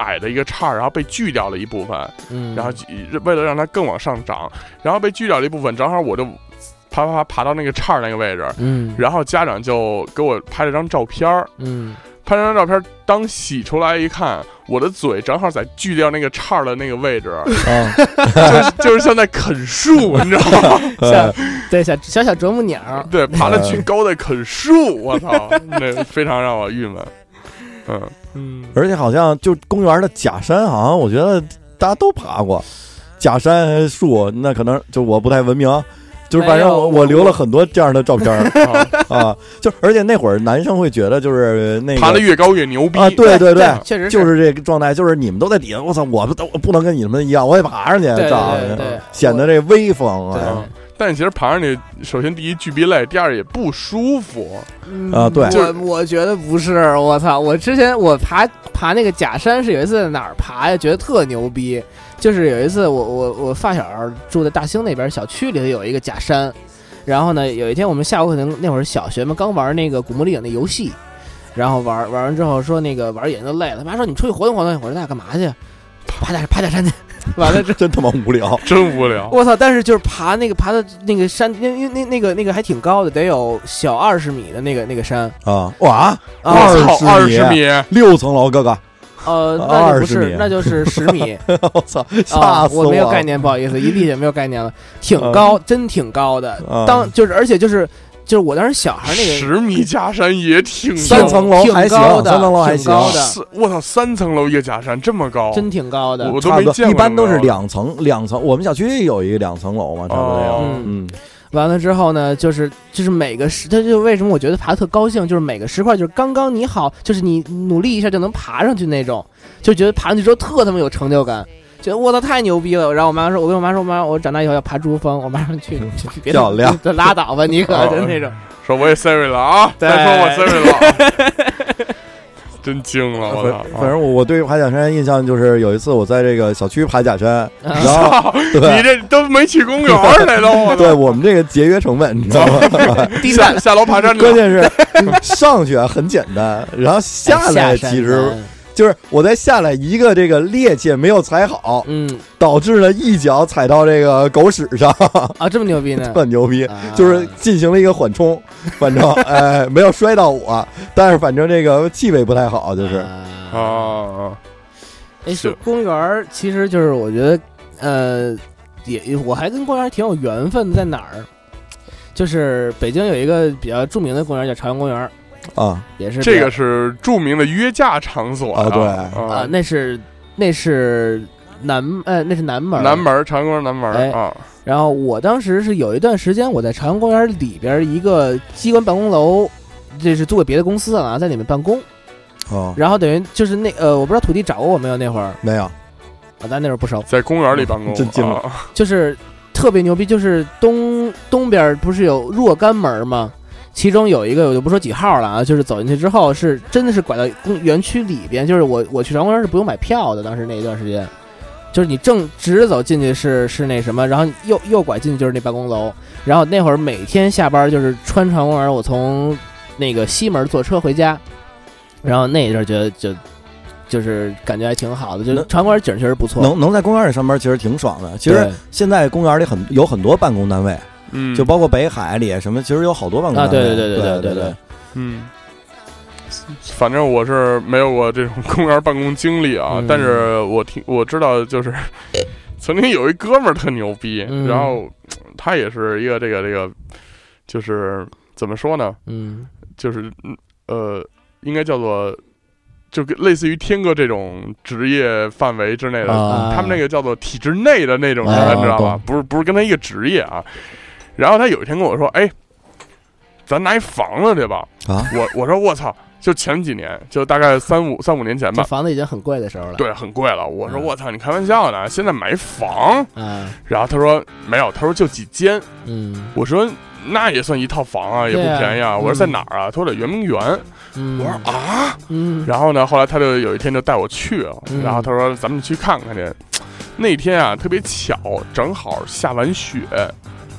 矮的一个叉，然后被锯掉了一部分， 嗯， 然后为了让它更往上长，然后被锯掉了一部分，正好我就爬爬爬爬到那个叉那个位置， 嗯， 然后家长就给我拍了张照片， 嗯。 拍张照片，当洗出来一看，我的嘴正好在锯掉那个叉的那个位置， 啊， 就是就是像在啃树，你知道吗？ 像对小小小啄木鸟， 对，爬得巨高的啃树，我操，那非常让我郁闷。嗯嗯， 而且好像就公园的假山，好像我觉得大家都爬过，假山树，那可能就我不太文明。就是反正我我留了很多这样的照片啊啊，就而且那会儿男生会觉得就是那个爬得越高越牛逼啊，对对对， 确实就是这个状态，就是你们都在底下，我操，我不我不能跟你们一样，我得爬上去， 对对对， 显得这威风啊。 但其实爬上去，首先第一巨逼累，第二也不舒服啊。对， 我我觉得不是，我操，我之前我爬爬那个假山是有一次在哪儿爬呀，觉得特牛逼。就是有一次我我我发小住在大兴那边小区里头有一个假山，然后呢有一天我们下午可能那会儿小学嘛，刚玩那个古墓丽影那游戏，然后玩玩完之后说那个玩眼睛累了，他妈说你出去活动活动，我说那干嘛去？爬假爬假山去。完了这真他妈无聊， 真无聊。 我操！但是就是爬那个爬的那个山，因为那那个那个还挺高的，得有小二十米的那个那个山啊！哇， 二十米， 六层楼，哥哥。 呃，那就不是，那就是十米。 我操，吓死我！我没有概念，不好意思，一立也没有概念了。挺高，真挺高的。当就是而且就是就是我当时小孩那个十米假山也挺三层楼还行，三层楼还行。 我操，三层楼一个假山这么高， 真挺高的。 我都没见过。 一般都是两层，两层。我们小区有一个两层楼嘛，差不多有。嗯。 完了之后呢，就是就是每个石，它就为什么我觉得爬得特高兴，就是每个石块就是刚刚你好，就是你努力一下就能爬上去那种，就觉得爬上去之后特他妈有成就感，觉得我操太牛逼了。然后我妈说，我跟我妈说，妈，我长大以后要爬珠峰。我妈说去，别漂亮， 就拉倒吧，你可真那种。 说我也 sorry 了啊，再说我 sorry 了。真惊了，我操！ 反正我我对爬假山印象就是有一次我在这个小区爬假山，然后你这都没去公园来了， 对我们这个节约成本，你知道吗？ 下下楼爬山， 关键是上去啊很简单，然后下来其实就是我在下来一个这个趔趄没有踩好， 嗯， 导致了一脚踩到这个狗屎上啊，这么牛逼呢？ 特牛逼，就是进行了一个缓冲，反正哎没有摔到我，但是反正这个气味不太好，就是啊。 哎，是公园，其实就是我觉得，呃，也我还跟公园挺有缘分的，在哪儿？就是北京有一个比较著名的公园叫朝阳公园。 啊， 也是这个是著名的约架场所啊，对啊，那是那是南呃那是南门南门朝阳公园南门、哎、啊。 然后我当时是有一段时间我在朝阳公园里边一个机关办公楼，这是租给别的公司啊，在里面办公。 哦， 然后等于就是那呃，我不知道土地找过我没有那会儿没有， 啊，咱那会儿不熟， 在公园里办公， 真惊了， 啊、就是特别牛逼，就是东东边不是有若干门吗？其中有一个我就不说几号了啊，就是走进去之后是真的是拐到园区里边，就是我我去朝阳公园是不用买票的，当时那一段时间，就是你正直着走进去是是那什么，然后右右拐进去就是那办公楼，然后那会儿每天下班就是穿朝阳公园，我从那个西门坐车回家，然后那一阵觉得就就是感觉还挺好的，就是朝阳公园景确实不错， 能能在公园里上班其实挺爽的。其实现在公园里很有很多办公单位。 嗯， 就包括北海里什么，其实有好多办公单位。 啊，对对对对对对对， 嗯，反正我是没有过这种公园办公经历啊，嗯、但是我听我知道，就是曾经有一哥们儿特牛逼， 嗯、 然后他也是一个这个这个，就是怎么说呢？ 嗯， 就是呃，应该叫做。就类似于天哥这种职业范围之内的， 啊、 他们那个叫做体制内的那种人， 啊、 知道吧？不是不是跟他一个职业啊。然后他有一天跟我说：“哎，咱拿一房子去吧。” 啊， 我我说我操，就前几年，就大概三五三五年前吧， 这房子已经很贵的时候了。 对，很贵了。我说我操，你开玩笑呢？现在买房？ 嗯。 然后他说没有，他说就几间。 嗯。 我说那也算一套房啊，也不便宜啊。 啊我说在哪儿啊？他说在圆明园。 嗯、 我说啊， 嗯， 然后呢，后来他就有一天就带我去了， 嗯、 然后他说咱们去看看去。那天啊，特别巧，正好下完雪，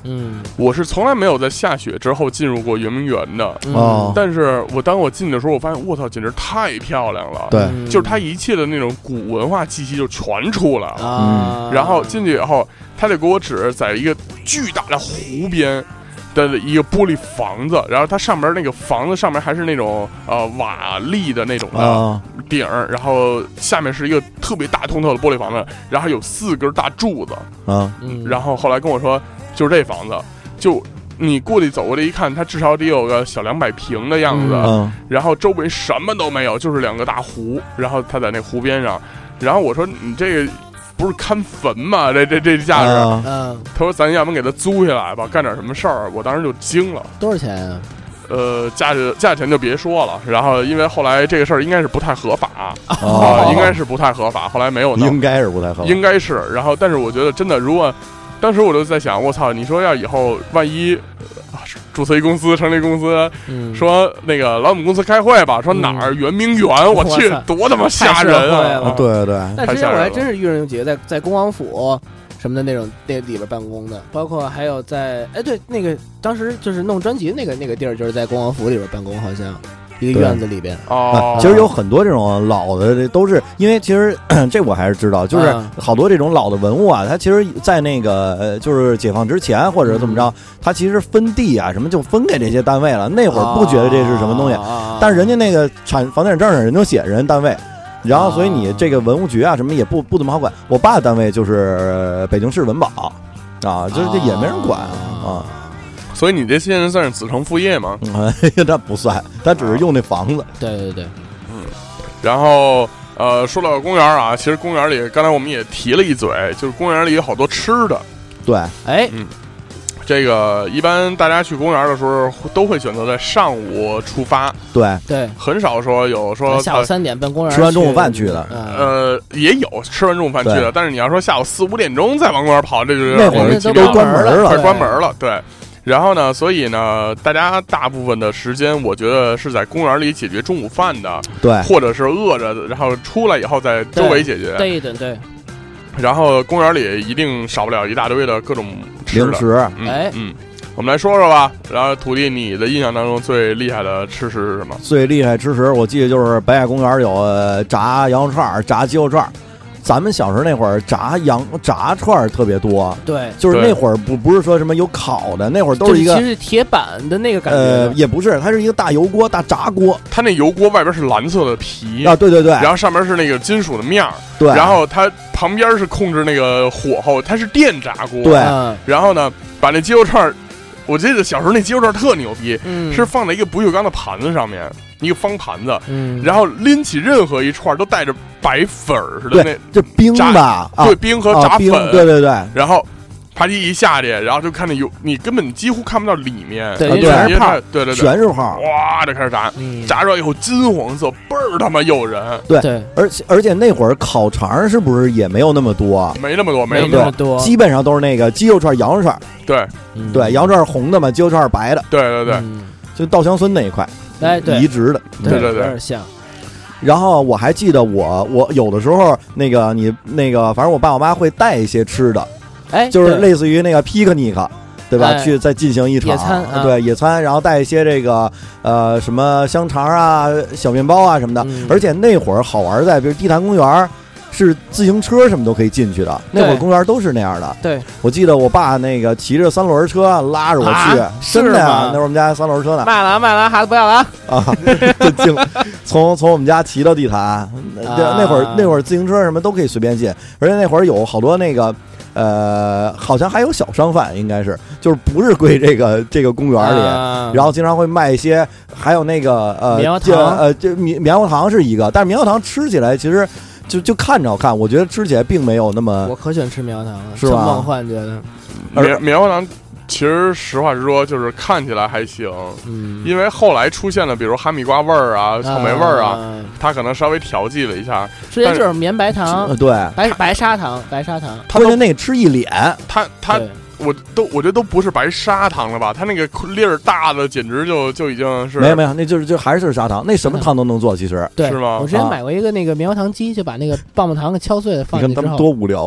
嗯， 我是从来没有在下雪之后进入过圆明园的。 哦， 但是我当我进的时候，我发现我操，简直太漂亮了。 对， 嗯就是它一切的那种古文化气息就全出来了。 啊， 然后进去以后，他就给我指在一个巨大的湖边的一个玻璃房子，然后它上面那个房子上面还是那种呃瓦砾的那种的顶，啊、然后下面是一个特别大通透的玻璃房子，然后有四根大柱子啊， 嗯、 然后后来跟我说就是这房子，就你过去走过来一看，它至少得有个小两百平的样子， 嗯、 然后周围什么都没有，就是两个大湖，然后它在那湖边上，然后我说你这个。不是看坟吗？这这这价值， 嗯， 他说咱要不给他租下来吧，干点什么事儿？我当时就惊了。 多少钱啊？ 呃，价价钱就别说了。然后因为后来这个事儿应该是不太合法啊、 哦呃，应该是不太合法。后来没有弄， 应该是不太合法， 应该是。然后，但是我觉得真的，如果当时我就在想，我操，你说要以后万一。注册一公司，成立公司， 嗯、 说那个老我们公司开会吧，说哪儿圆明园， 嗯、 我去，多他妈吓人啊！ 对对， 但之前我还真是遇上有几个在在恭王府什么的那种那里边办公的，包括还有在哎对那个当时就是弄专辑那个那个地儿，就是在恭王府里边办公，好像。一个院子里边哦、 啊，其实有很多这种老的，都是因为其实这我还是知道，就是好多这种老的文物啊，它其实，在那个呃，就是解放之前或者怎么着，嗯、它其实分地啊什么就分给这些单位了。那会儿不觉得这是什么东西， 啊、 但是人家那个产房地产证上人都写人单位，然后所以你这个文物局啊什么也不不怎么好管。我爸的单位就是北京市文保啊，就是这也没人管啊。 所以你这现在算是子承父业吗？ 嗯，那不算，他只是用那房子。 对对对， 嗯。然后呃，说到公园啊，其实公园里刚才我们也提了一嘴，就是公园里有好多吃的。 对， 哎， 嗯，这个一般大家去公园的时候都会选择在上午出发。 对对， 很少说有说下午三点奔公园吃完中午饭去的。 呃，也有吃完中午饭去的，但是你要说下午四五点钟再往公园跑，这就是那会儿都关门了， 快关门了。对。然后呢，所以呢，大家大部分的时间，我觉得是在公园里解决中午饭的， 对， 或者是饿着，然后出来以后在周围解决， 对对对。 然后公园里一定少不了一大堆的各种吃的零食， 嗯、 哎， 嗯，我们来说说吧。然后土地，你的印象当中最厉害的吃食是什么？ 最厉害吃食，我记得就是北海公园有炸羊肉串、炸鸡肉串。咱们小时候那会儿炸羊炸串特别多， 对， 就是那会儿不不是说什么有烤的，那会儿都是一个， 其实是铁板的那个感觉， 呃，也不是，它是一个大油锅、大炸锅， 它那油锅外边是蓝色的皮啊，对对对， 然后上面是那个金属的面儿， 对， 然后它旁边是控制那个火候，它是电炸锅， 对， 然后呢，把那鸡肉串，我记得小时候那鸡肉串特牛逼， 嗯， 是放在一个不锈钢的盘子上面。一个方盘子， 嗯， 然后拎起任何一串都带着白粉儿似的，那这冰吧， 啊、对，冰和炸粉， 啊、对对对， 然后啪叽一下去，然后就看那有，你根本几乎看不到里面， 对， 全是泡， 对对对， 全是泡， 哇，就开始炸， 嗯、 炸出来以后金黄色，倍儿他妈诱人， 对对， 而且而且那会儿烤肠是不是也没有那么多？ 没那么多， 没那么多， 基本上都是那个鸡肉串、羊肉串， 对， 嗯、 对，羊肉串是红的嘛，鸡肉串是白的， 对对对， 嗯、 就稻香村那一块。 哎，对， 移植的， 对对对， 有点像。 然后我还记得我我有的时候那个你那个，反正我爸我妈会带一些吃的， 哎， 就是类似于那个 picnic， 对吧？ 哎、 去再进行一场野餐、啊， 对野餐，然后带一些这个呃什么香肠啊、小面包啊什么的。 嗯、 而且那会儿好玩在，比如地坛公园。是自行车什么都可以进去的，那会儿公园都是那样的。 对， 我记得我爸那个骑着三轮车拉着我去， 啊、 真的呀，那会儿我们家三轮车呢。 卖了卖了，孩子不要了啊！真惊，从从我们家骑到地坛， 啊、 那会儿那会儿自行车什么都可以随便进，而且那会儿有好多那个。呃，好像还有小商贩，应该是就是不是归这个这个公园里， 啊、 然后经常会卖一些，还有那个呃棉花糖， 呃这棉棉花糖是一个，但是棉花糖吃起来其实就就看着好看，我觉得吃起来并没有那么， 我可喜欢吃棉花糖了， 是吧？ 梦幻觉得棉棉花糖。其实实话实说，就是看起来还行， 嗯， 因为后来出现了，比如哈密瓜味儿啊、草莓味儿啊， 啊它可能稍微调剂了一下。 之前就是棉白糖， 对， 白白砂糖，白砂糖， 关键那个吃一脸， 它它。我都我觉得都不是白砂糖了吧，它那个粒儿大的简直就就已经是没有没有，那就是就还是砂糖，那什么糖都能做，其实对是吗？ 我之前买过一个那个棉花糖机，就把那个棒棒糖给敲碎了放进去之后， 你看他们多无聊，我操！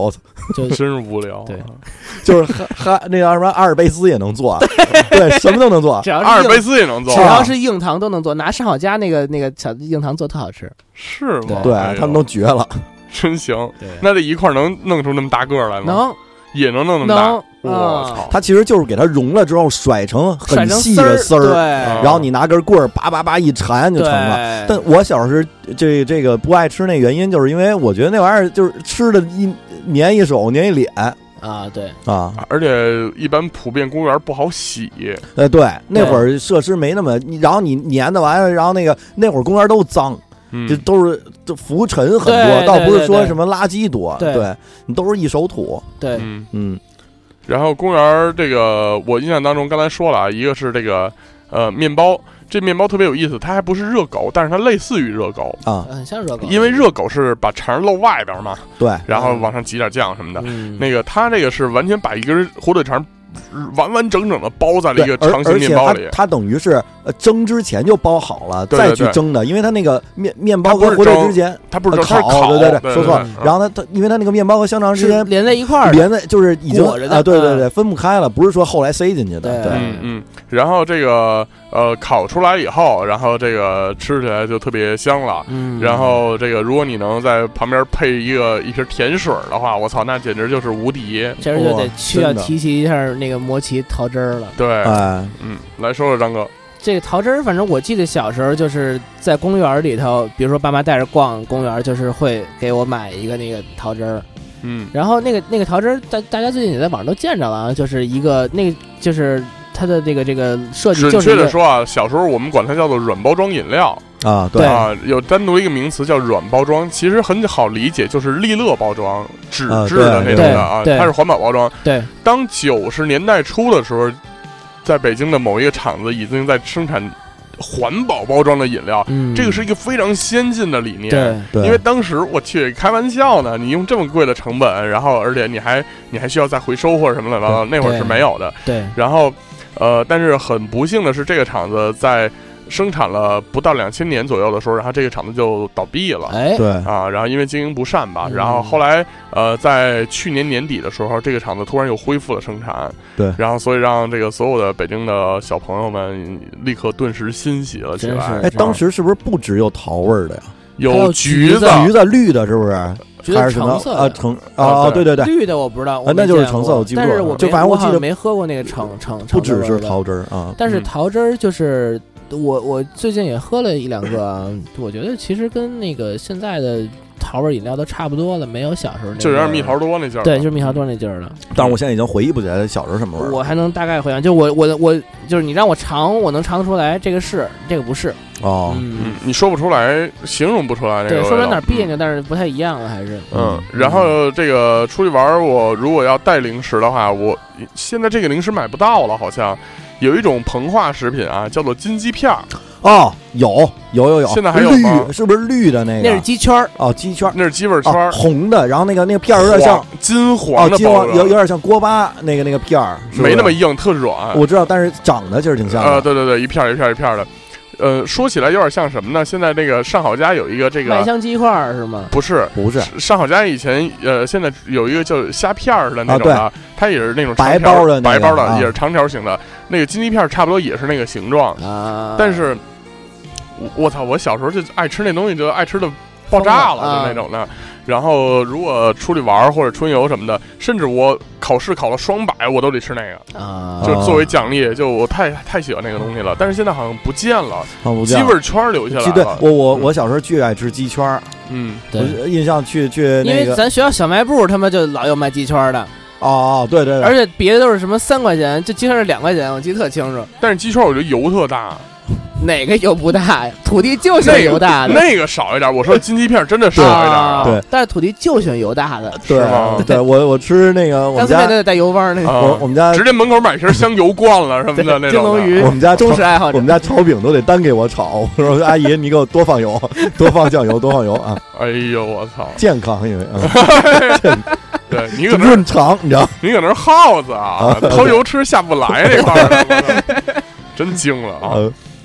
就真是无聊。 对， 就是哈哈那叫什么阿尔卑斯也能做，对，什么都能做， 只要是阿尔卑斯也能做， 只要是硬糖都能做，拿上好佳那个那个小硬糖做特好吃， 是吗？ 对、 哎、 他们都绝了， 真行。 对， 那这一块能弄出那么大个来吗？ 能， 也能弄那么大。 能。 我操！ 它其实就是给它融了之后甩成很细的丝儿， 对， 然后你拿根棍儿叭叭叭一缠就成了。但我小时候这这个不爱吃那原因，就是因为我觉得那玩意儿就是吃的一粘一手粘一脸啊，对啊， 而且一般普遍公园不好洗。 呃，对，那会儿设施没那么，然后你粘的完了，然后那个那会儿公园都脏。 嗯， 这都是这浮尘很多，倒不是说什么垃圾多，对，对你都是一手土， 对， 嗯嗯。 然后公园这个，我印象当中刚才说了啊，一个是这个呃面包，这面包特别有意思，它还不是热狗，但是它类似于热狗啊， 很像热狗， 因为热狗是把肠露外边嘛， 对， 然后往上挤点酱什么的， 嗯、 那个它这个是完全把一根火腿肠完完整整的包在了一个长形面包里， 它, 它等于是呃蒸之前就包好了， 对对对再去蒸的，因为它那个面面包和火腿之间， 它不是烤， 烤对对对， 对说错了。然后它它因为它那个面包和香肠之间连在一块儿， 连在就是已经裹着的啊，对对对，分不开了，不是说后来塞进去的，对， 嗯嗯。然后这个呃烤出来以后，然后这个吃起来就特别香了， 嗯。 然后这个如果你能在旁边配一个一瓶甜水的话，我操，那简直就是无敌。 这就得需要提起一下那个魔奇桃汁儿了。 对， 哎， 嗯，来说说张哥。 这个桃汁儿，反正我记得小时候就是在公园里头，比如说爸妈带着逛公园，就是会给我买一个那个桃汁儿。 嗯， 然后那个那个桃汁儿，大大家最近也在网上都见着了啊，就是一个那个就是它的这个这个设计， 准确的说啊，小时候我们管它叫做软包装饮料啊，对啊，有单独一个名词叫软包装，其实很好理解，就是利乐包装纸质的那种的啊，它是环保包装。 对， 当九十年代初的时候，在北京的某一个厂子已经在生产环保包装的饮料， 嗯， 这个是一个非常先进的理念。 对， 因为当时我去开玩笑呢，你用这么贵的成本，然后而且你还你还需要再回收或者什么的，那会儿是没有的。 对， 然后呃，但是很不幸的是，这个厂子在生产了不到两千年左右的时候，然后这个厂子就倒闭了。 哎， 对啊，然后因为经营不善吧， 嗯、 然后后来呃，在去年年底的时候，这个厂子突然又恢复了生产。 对， 然后所以让这个所有的北京的小朋友们立刻顿时欣喜了起来。 哎，当时是不是不只有桃味儿的呀？ 有橘子、 橘子、绿的，是不是？还是什么橙色啊？橙啊，对对对， 绿的我不知道， 啊，那就是橙色，我记不住。 但是我就反正我记得没喝过那个橙橙， 不只是桃汁儿啊。 但是桃汁儿就是我我最近也喝了一两个，我觉得其实跟那个现在的桃味饮料都差不多了，没有小时候那就有点蜜桃多那劲儿。 对，就是蜜桃多那劲儿了。 但是我现在已经回忆不起来小时候什么味儿。 我还能大概回想，就我我我就是你让我尝，我能尝得出来，这个是这个不是。 哦， 嗯，你说不出来，形容不出来那个。 对，说出来有点别扭，但是不太一样了，还是。 嗯，然后这个出去玩，我如果要带零食的话，我现在这个零食买不到了，好像有一种膨化食品啊，叫做金鸡片儿。 哦，有有有有， 现在还有吗？ 是不是绿的那个？ 那是鸡圈儿哦，鸡圈儿， 那是鸡味圈儿， 红的，然后那个那个片儿有点像金黄的， 金黄有有点像锅巴那个那个片儿， 没那么硬，特软。 我知道，但是长得其实挺像的。 呃，对对对，一片一片一片的。呃，说起来有点像什么呢？现在这个上好佳有一个这个麦香鸡块是吗？ 不是， 不是。 上好佳以前呃，现在有一个叫虾片儿的那种的， 啊、 它也是那种白包的、 白包的， 啊、 也是长条形的。那个金鸡片差不多也是那个形状， 啊、 但是我我操，我小时候就爱吃那东西，就爱吃的爆炸了，就那种的。然后如果出去玩或者春游什么的，甚至我考试考了双百，我都得吃那个啊， 就作为奖励。就我太太喜欢那个东西了，但是现在好像不见了， 哦、 鸡味圈留下来了。 对，我我我小时候巨爱吃鸡圈， 嗯， 对，我印象去去那个，因为咱学校小卖部他们就老有卖鸡圈的。 哦，对对对， 而且别的都是什么三块钱，就鸡圈是两块钱，我记得特清楚。 但是鸡圈我觉得油特大。 哪个油不大呀？土地就喜欢油大的， 那个、那个少一点。我说金鸡片真的少一点、啊， 对。 但是土地就喜欢油大的， 对吗？对，我我吃那个我们家得带油汪那个， 啊、 我我们家直接门口买瓶香油灌了什么的那种。 金龙鱼， 我们家忠实爱好者， 我们家炒饼都得单给我炒。我说阿姨，你给我多放油，多放酱油，多放油啊！ 哎呦我操， 健康因为啊， 对你可能润肠，你知道？ 你可能是耗子啊，偷油吃下不来那块儿，真惊了啊！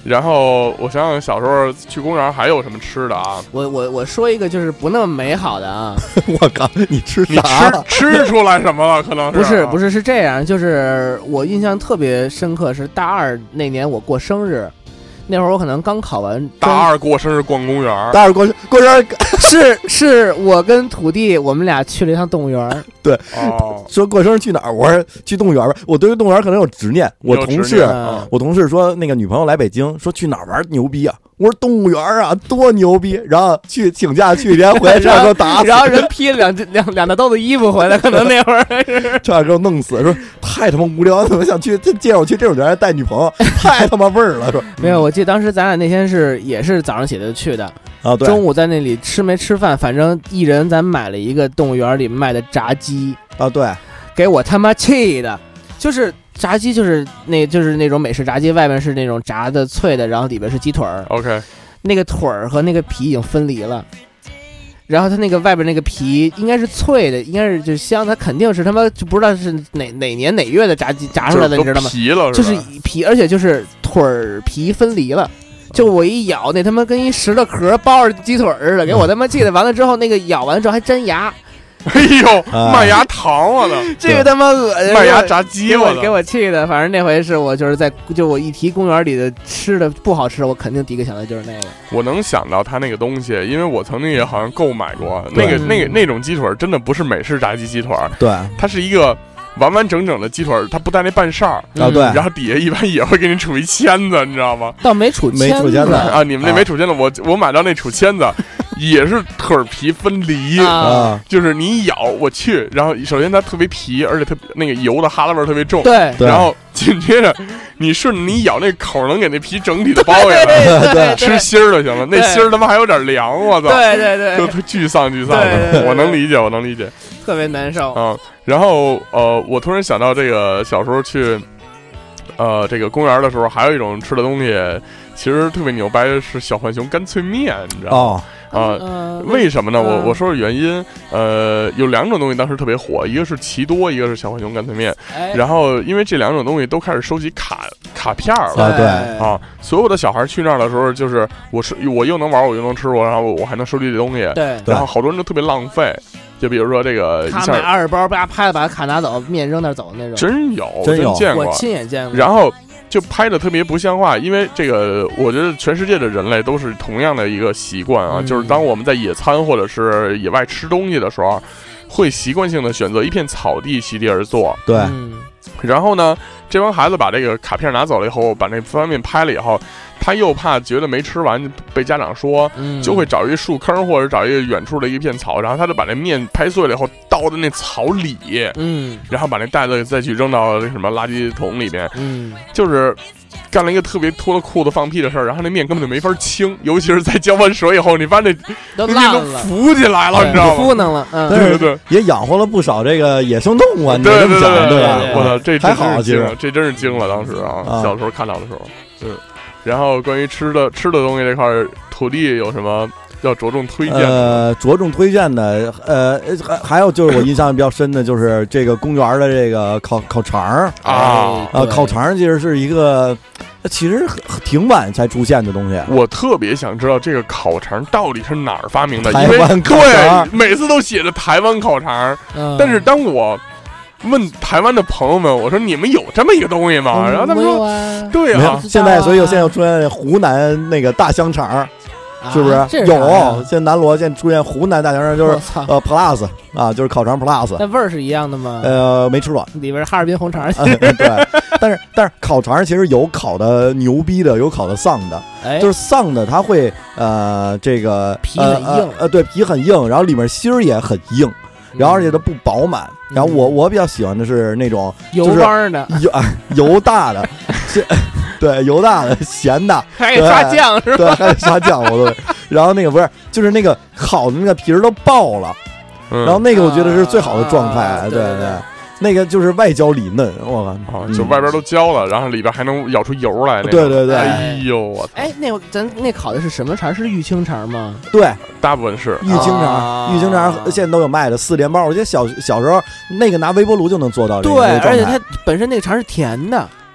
然后我想想，小时候去公园还有什么吃的啊？ 我我我说一个就是不那么美好的啊， 我靠，你吃你啥？ 吃吃出来什么了？可能是不是不是是这样，就是我印象特别深刻，是大二那年我过生日，那会儿我可能刚考完大二过生日逛公园， 大二过过生日是是我跟土地我们俩去了一趟动物园。 对， 哦， 说过生日去哪儿？我说去动物园吧。我对于动物园可能有执念。我同事， 嗯、 我同事说那个女朋友来北京，说去哪儿玩牛逼啊？我说动物园啊，多牛逼！然后去请假去一天，回来差点给我打死。 然后人披了两两两大兜子衣服回来，可能那会儿差点给我弄死。说太他妈无聊，怎么想去介绍我去这种园带女朋友，太他妈味儿了。说没有，我记得当时咱俩那天是也是早上起来就去的。 啊，对， 中午在那里吃没吃饭，反正一人咱买了一个动物园里卖的炸鸡啊，对， 给我他妈气的，就是炸鸡就是那就是那种美式炸鸡，外面是那种炸的脆的，然后里边是鸡腿儿 ，OK， 那个腿儿和那个皮已经分离了。然后它那个外边那个皮应该是脆的，应该是就香，它肯定是他妈就不知道是哪哪年哪月的炸鸡炸出来的，你知道吗？ 皮了， 就是皮，而且就是腿儿皮分离了。就我一咬，那他妈跟一石头壳包着鸡腿似的，给我他妈气的。完了之后，那个咬完之后还粘牙， 哎呦，麦芽糖我的， 这个他妈恶心！ 麦芽炸鸡， 给我给我气的。反正那回是我就是在就我一提公园里的吃的不好吃，我肯定第一个想到就是那个。 我能想到他那个东西，因为我曾经也好像购买过那个那个那种鸡腿，真的不是美式炸鸡鸡腿， 对， 它是一个完完整整的鸡腿，它不带那半扇儿啊，对， 然后底下一般也会给你杵一签子，你知道吗？ 倒没杵没杵签子啊，你们那没杵签子，我我买到那杵签子。也是腿皮分离啊， 就是你一咬我去，然后首先它特别皮，而且特那个油的哈喇味特别重， 对， 然后紧接着你顺着你咬那口能给那皮整体的包下来， 对， 吃芯儿就行了，那芯儿他妈还有点凉，我操， 对对对， 就巨丧巨丧的，我能理解，我能理解， 特别难受啊。然后呃，我突然想到这个小时候去呃这个公园的时候，还有一种吃的东西，其实特别牛掰，是小浣熊干脆面，你知道吗？ 哦啊、呃，为什么呢？我我说说原因。呃，有两种东西当时特别火，一个是奇多，一个是小浣熊干脆面。 哎、 然后因为这两种东西都开始收集卡卡片了， 啊，对啊，所有的小孩去那儿的时候，就是我是我又能玩，我又能吃，我然后我还能收集这东西。 对， 然后好多人都特别浪费。就比如说这个， 他买二十包，把拍了把卡拿走，面扔那走那种， 真有， 真有， 见过， 我亲眼见过。 然后就拍的特别不像话，因为这个，我觉得全世界的人类都是同样的一个习惯啊， 嗯、 就是当我们在野餐或者是野外吃东西的时候，会习惯性的选择一片草地席地而坐。 对， 嗯、 然后呢，这帮孩子把这个卡片拿走了以后，把那方便面拍了以后。他又怕觉得没吃完被家长说， 嗯、 就会找一个树坑或者找一个远处的一片草，然后他就把那面拍碎了以后倒在那草里， 嗯， 然后把那袋子再去扔到那什么垃圾桶里面， 嗯， 就是干了一个特别脱了裤子放屁的事儿，然后那面根本就没法清，尤其是在浇完水以后，你发现那面都浮起来了，你知道吗？ 浮能了，嗯， 对对对， 也养活了不少这个野生动物啊，你对这么讲对吧？ 我操，这还好，其实这真是惊了，当时啊， 啊小时候看到的时候，嗯。然后关于吃的吃的东西这块，土地有什么要着重推荐的？ 呃，着重推荐的，呃，还还有就是我印象比较深的，就是这个公园的这个烤烤肠啊啊，烤肠其实是一个其实挺晚才出现的东西。 我特别想知道这个烤肠到底是哪儿发明的？ 台湾烤肠， 对，每次都写着台湾烤肠， 嗯、 但是当我问台湾的朋友们，我说你们有这么一个东西吗？ 嗯、 然后他们说， 啊、 对啊， 现在所以现在又出现湖南那个大香肠。是不是、 啊、是有？现在南锣现在出现湖南大香肠，就是呃 plus 啊，就是烤肠 plus。 那味儿是一样的吗？ 呃，没吃过， 里边哈尔滨红肠。 嗯、对，但是但是烤肠其实有烤的牛逼的，有烤的丧的。 哎， 就是丧的，它会呃这个皮很硬， 呃, 呃对，皮很硬，然后里面芯儿也很硬。然后而且它不饱满， 嗯、 然后我我比较喜欢的是那种油帮的， 油啊油大的，对，油大的咸的， 还得刷酱是吧？ 对，还得刷酱，我都。然后那个不是，就是那个烤的那个皮儿都爆了， 嗯、 然后那个我觉得是最好的状态， 啊、 对对对。那个就是外焦里嫩，我靠、 啊，就外边都焦了，嗯、然后里边还能咬出油来。 对对对， 哎呦我！ 哎，那咱那烤的是什么肠？是玉清肠吗？ 对， 大部分是玉清肠， 啊、 玉清肠现在都有卖的四连包。我记得小小时候那个拿微波炉就能做到这个。 对，而且它本身那个肠是甜的。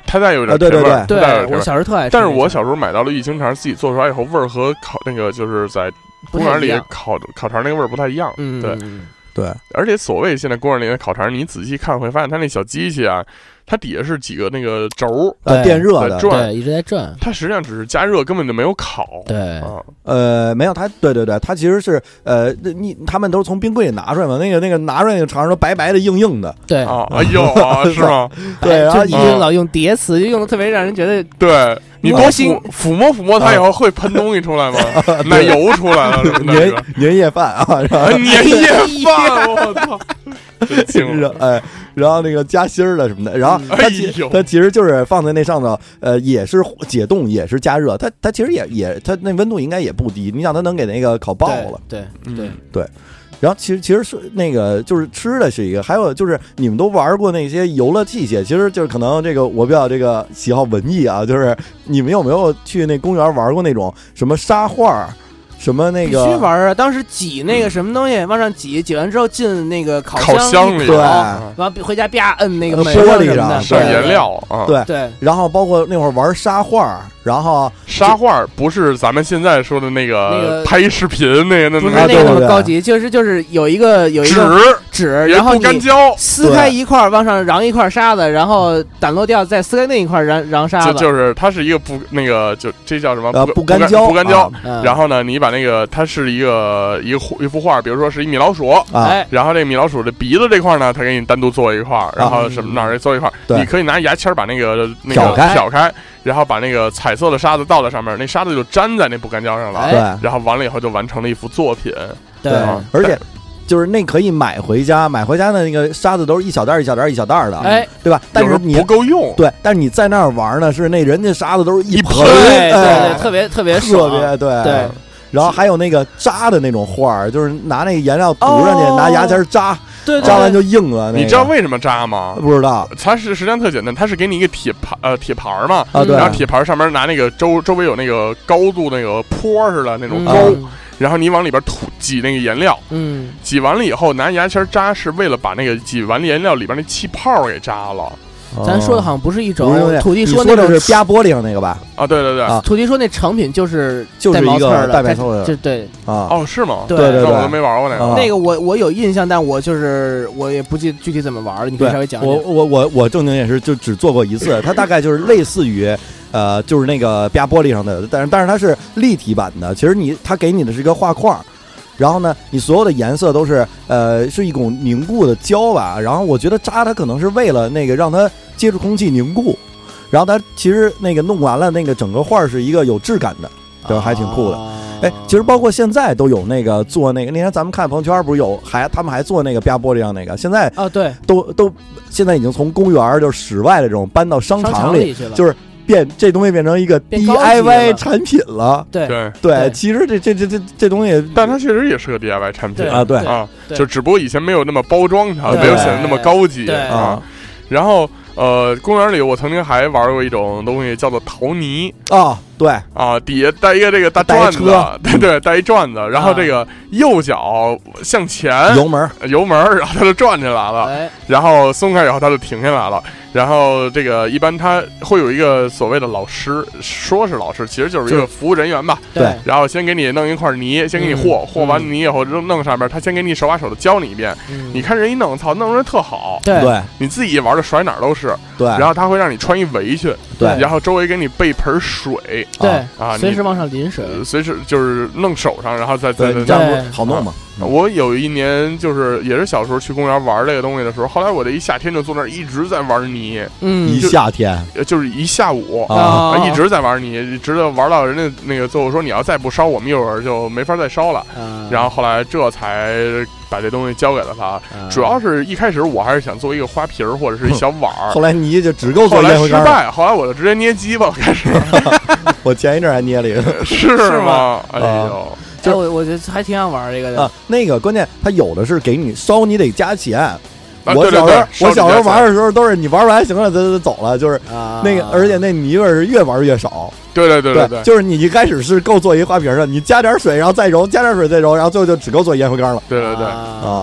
它带有点啊对对甜味儿对它带有点甜味儿我小时候特爱吃， 但是我小时候买到了玉清肠，自己做出来以后味儿和烤那个就是在公园里烤烤肠那个味儿不太一样。 嗯， 对对， 而且所谓现在公园里的烤肠，你仔细看会发现它那小机器啊，它底下是几个那个轴啊，电热的， 对，一直在转。 它实际上只是加热，根本就没有烤。 对， 啊、 呃，没有，它，对对对，它其实是呃，你他们都是从冰柜里拿出来嘛，那个那个拿出来那个肠都白白的、硬硬的。 对啊，哎呦啊，是吗？ 对，然后就一直老用叠词，就用的特别让人觉得对。你多抚抚摸抚摸它以后会喷东西出来吗？奶油出来了， 年年夜饭啊， 年夜饭，我操！ 是哎，然后那个夹心儿的什么的，然后它其、 哎、 它其实就是放在那上头，呃，也是解冻，也是加热，它它其实也也它那温度应该也不低，你想它能给那个烤爆了， 对对对、 嗯、对。然后其实其实是那个就是吃的是一个，还有就是你们都玩过那些游乐器械，其实就是可能这个我比较这个喜好文艺啊，就是你们有没有去那公园玩过那种什么沙画？什么那个必须玩啊！当时挤那个什么东西往上挤，挤完之后进那个烤烤箱里， 对， 完回家啪摁那个玻璃上上颜料啊， 对对。 然后包括那会儿玩沙画，然后沙画不是咱们现在说的那个拍视频那个那不是那个那么高级，就是就是有一个有一个纸，然后不干胶撕开一块往上瓤一块沙子，然后掸落掉，再撕开那一块瓤瓤沙子， 就是它是一个不那个就这叫什么不干胶不干胶， 啊、 然后呢你把那个它是一个一个一幅画，比如说是一米老鼠， 哎， 然后这米老鼠的鼻子这块呢，它给你单独做一块，然后什么哪儿做一块，你可以拿牙签把那个那个挑开，然后把那个彩色的沙子倒在上面，那沙子就粘在那不干胶上了， 对， 然后完了以后就完成了一幅作品， 对， 而且。就是那可以买回家，买回家的那个沙子都是一小袋一小袋一小袋的， 哎， 对吧？但是你不够用， 对，但是你在那儿玩呢，是那人家沙子都是一盆， 对对对，特别特别特别对对。 然后还有那个扎的那种画，就是拿那个颜料涂上去， 哦、 拿牙签扎， 对， 扎完就硬了。 你知道为什么扎吗？ 不知道， 它是实际上特简单，它是给你一个铁盘呃铁盘嘛， 啊对， 然后铁盘上面拿那个周周围有那个高度那个坡似的那种沟。 嗯然后你往里边吐挤那个颜料， 嗯， 挤完了以后拿牙签扎，是为了把那个挤完颜料里边那气泡给扎了。 咱说的好像不是一种， 哦、 土地说那的是啪玻璃上那个吧？ 啊，对对对， 啊、 土地说那成品就是就是一个带毛刺的，就对啊， 哦是吗？ 对对对， 我都没玩过那个。 啊、 那个我我有印象，但我就是我也不记具体怎么玩了，你可以稍微讲讲。 我我我我正经也是就只做过一次，它大概就是类似于。呃，就是那个啪玻璃上的，但是但是它是立体版的。其实你它给你的是一个画框，然后呢，你所有的颜色都是呃是一种凝固的胶吧。然后我觉得扎它可能是为了那个让它接触空气凝固，然后它其实那个弄完了，那个整个画是一个有质感的，就还挺酷的。哎，其实包括现在都有那个做那个，那天咱们看朋友圈不是有还他们还做那个啪玻璃上那个，现在啊对， 都都现在已经从公园就是室外的这种搬到商场里， 去了就是。变这东西变成一个 D I Y 产品了， 对对对，其实这这这这这东西， 但它确实也是个 D I Y 产品啊，对啊，就只不过以前没有那么包装它，没有显得那么高级啊。然后呃，公园里我曾经还玩过一种东西叫做陶泥啊，对啊，底下带一个这个大转子，对对，带一转子，然后这个右脚向前油门油门，然后它就转起来了，然后松开以后它就停下来了。然后这个一般他会有一个所谓的老师，说是老师，其实就是一个服务人员吧。 对。 然后先给你弄一块泥，先给你和，和完泥以后扔弄上面，他先给你手把手的教你一遍。 嗯、 你看人一弄，操，弄得特好。 对。 对。 你自己玩的甩哪儿都是。 对。 然后他会让你穿一围裙。 对。 然后周围给你备盆水。 对。 啊， 随时往上淋水。 随时就是弄手上，然后再再再这样不好弄吗？ 我有一年就是也是小时候去公园玩这个东西的时候，后来我这一夏天就坐那儿一直在玩泥， 嗯， 一夏天就是一下午啊， 一直在玩泥，直到玩到人家那个最后说你要再不烧，我们一会儿就没法再烧了。然后后来这才把这东西交给了他。主要是一开始我还是想做一个花瓶儿或者是一小碗儿， 后来泥就只够做烟灰缸， 后来失败，后来我就直接捏鸡巴开始。 我前一阵还捏了一个， 是吗？哎呦。 哎，我我觉得还挺想玩这个的啊。那个关键，它有的是给你烧，你得加钱。 啊、 我小时候， 我小时候玩的时候都是你玩完行了，咱就走了，就是、 啊、 那个，而且那泥味是越玩越少。 对对对对对, 对，就是你一开始是够做一花瓶的，你加点水，然后再揉，加点水再揉，然后最后就只够做烟灰缸了。 对对对啊。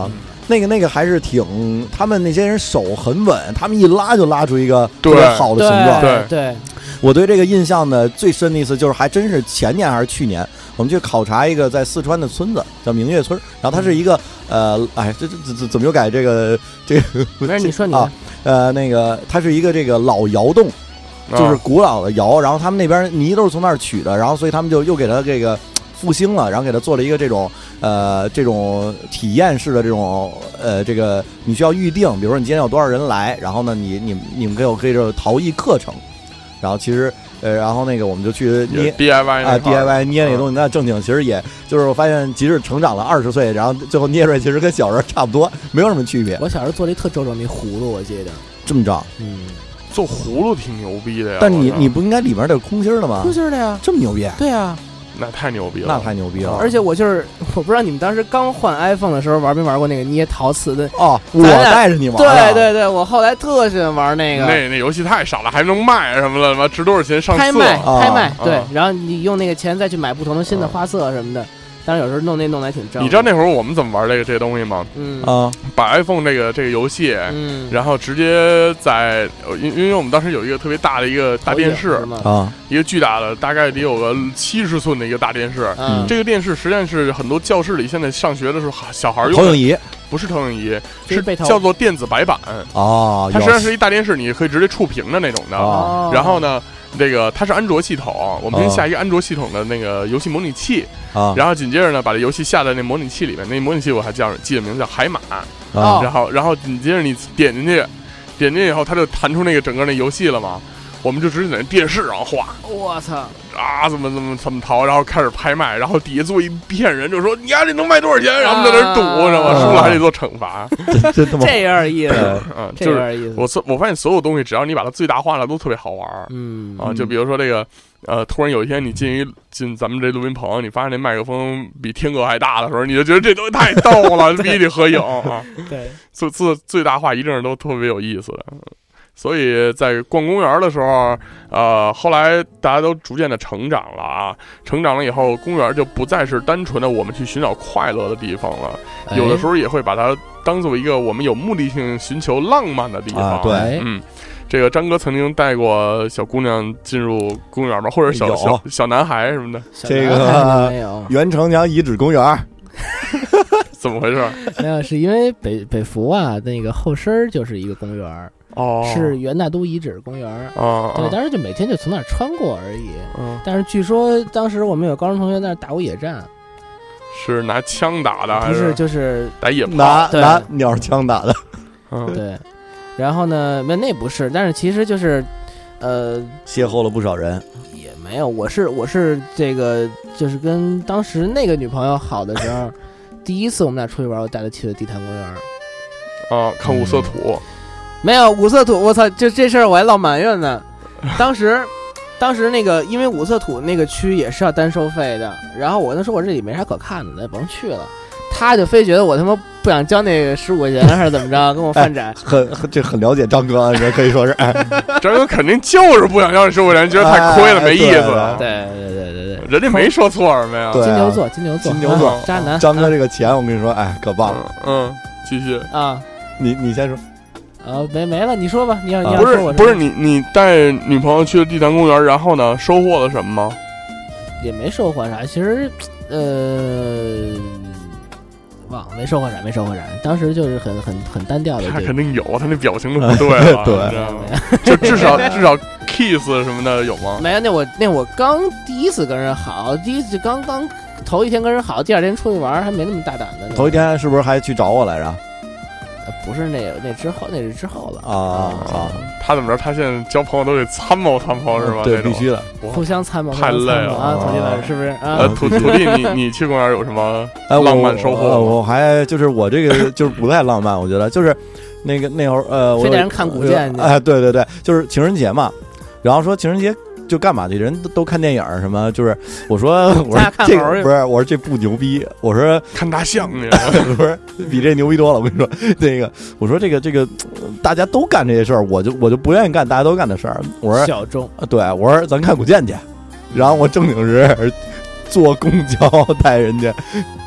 那个那个还是挺，他们那些人手很稳，他们一拉就拉出一个特别好的形状。 对对， 我对这个印象呢最深的一次就是还真是前年还是去年，我们去考察一个在四川的村子叫明月村，然后它是一个呃，哎，这这这怎么又改这个这个？ 没事，你说你的啊，呃，那个它是一个这个老窑洞。就是古老的窑，然后他们那边泥都是从那儿取的，然后所以他们就又给它这个复兴了，然后给它做了一个这种呃这种体验式的这种呃这个你需要预定，比如说你今天有多少人来，然后呢你你你们可以有可以这陶艺课程，然后其实呃然后那个我们就去捏 D I Y 啊 D I Y 捏那个东西，那正经其实也就是我发现即使成长了二十岁，然后最后捏出来其实跟小时候差不多，没有什么区别。 我小时候做了一特周正那葫芦，我记得这么着， 嗯。 做葫芦挺牛逼的呀， 但你你不应该里面得有空心的吗？ 空心的呀， 这么牛逼？ 对啊， 那太牛逼了， 那太牛逼了！ 而且我就是我不知道你们当时刚换 iPhone 的时候玩没玩过那个捏陶瓷的哦，我带着你玩。 对对对，我后来特喜欢玩那个。 那那游戏太少了，还能卖什么了？妈值多少钱？上拍卖拍卖，对， 啊、 然后你用那个钱再去买不同的新的花色什么的。当然有时候弄那弄的还挺正。 你知道那会儿我们怎么玩这个这个东西吗？ 嗯啊， 把 iPhone 这个这个游戏， 嗯， 然后直接在，因因为我们当时有一个特别大的一个大电视啊， 一个巨大的，大概得有个七十寸的一个大电视。 嗯， 这个电视实际上是很多教室里现在上学的时候小孩用投影仪， 不是投影仪， 是叫做电子白板。 哦， 它实际上是一大电视，你可以直接触屏的那种的。 哦， 然后呢？这个它是安卓系统，我们先下一个安卓系统的那个游戏模拟器， 啊， 然后紧接着呢把这游戏下在那模拟器里面，那模拟器我还叫记得名字叫海马， 啊， 然后然后紧接着你点进去，点进去以后它就弹出那个整个那游戏了嘛，我们就直接在那电视上画， 我操啊怎么怎么怎么淘，然后开始拍卖，然后底下做一片人就说你丫这能卖多少钱，然后在那赌，知道吗？输了还得做惩罚， 真他妈这样意思， 嗯，就是我我发现所有东西只要你把它最大化了，都特别好玩， 嗯啊，就比如说这个。呃，突然有一天你进一进咱们这录音棚，你发现那麦克风比天哥还大的时候，你就觉得这东西太逗了，必须得合影啊。 对， 最最最大化一定是都特别有意思的。所以在逛公园的时候，呃，后来大家都逐渐的成长了啊，成长了以后，公园就不再是单纯的我们去寻找快乐的地方了， 哎、 有的时候也会把它当做一个我们有目的性寻求浪漫的地方。 啊、对， 嗯。这个张哥曾经带过小姑娘进入公园吗？或者小小小男孩什么的？ 这个袁城墙遗址公园， 怎么回事？ 没有，是因为北北服啊，那个后身就是一个公园哦， 是元大都遗址公园哦。 对，当时就每天就从那儿穿过而已。 嗯， 但是据说当时我们有高中同学在那儿打过野战， 是拿枪打的还是？不是，就是打野炮， 拿拿鸟枪打的。 嗯， 对。然后呢，那那不是，但是其实就是，呃， 邂逅了不少人， 也没有。我是我是这个，就是跟当时那个女朋友好的时候，第一次我们俩出去玩，我带她去的地坛公园。 啊，看五色土、 嗯，没有五色土，我操！就这事儿我还老埋怨呢。当时，当时那个因为五色土那个区也是要单收费的，然后我跟她说我这里没啥可看的，那甭去了。他就非觉得我他妈不想交那个十五块钱还是怎么着，跟我犯展。 哎、很很这很了解张哥，这可以说是。哎、 张哥肯定就是不想交十五块钱，觉得太亏了，哎、没意思。 对对对对对， 人家没说错什么呀。 金牛座，金牛座， 金牛座， 啊、渣男。 张哥这个钱，我跟你说，哎，可棒了。 嗯，嗯继续啊， 你你先说。 啊，没没了，你说吧，你要、啊、你要不是说我不是你你带女朋友去了地坛公园，然后呢，收获了什么吗？ 也没收获啥，其实呃。忘了没收获啥，没收获啥。当时就是很很很单调的。 他肯定有，他那表情都不对了， 对， 你知道吗？就至少至少 kiss 什么的有吗？ 没有，那我那我刚第一次跟人好，第一次刚刚头一天跟人好，第二天出去玩还没那么大胆的。 头一天是不是还去找我来着？ 不是那那之后，那是之后了啊啊！ 他怎么着？他现在交朋友都得参谋参谋是吧？ 对，必须的， 互相参谋， 太累了啊！土地老师是不是？ 呃，土土地，你你去公园有什么浪漫收获？ 我还就是我这个就是不太浪漫，我觉得就是那个那会儿呃， 非得人看古建去。 哎，对对对，就是情人节嘛，然后说情人节。就干嘛去？人都都看电影什么？就是我说我说这个不是，我说这不牛逼，我说看大象去， 不是比这牛逼多了。我跟你说，那个我说这个这个大家都干这些事儿，我就我就不愿意干大家都干的事儿。我说小众， 对我说咱看古建去，然后我正经是坐公交带人家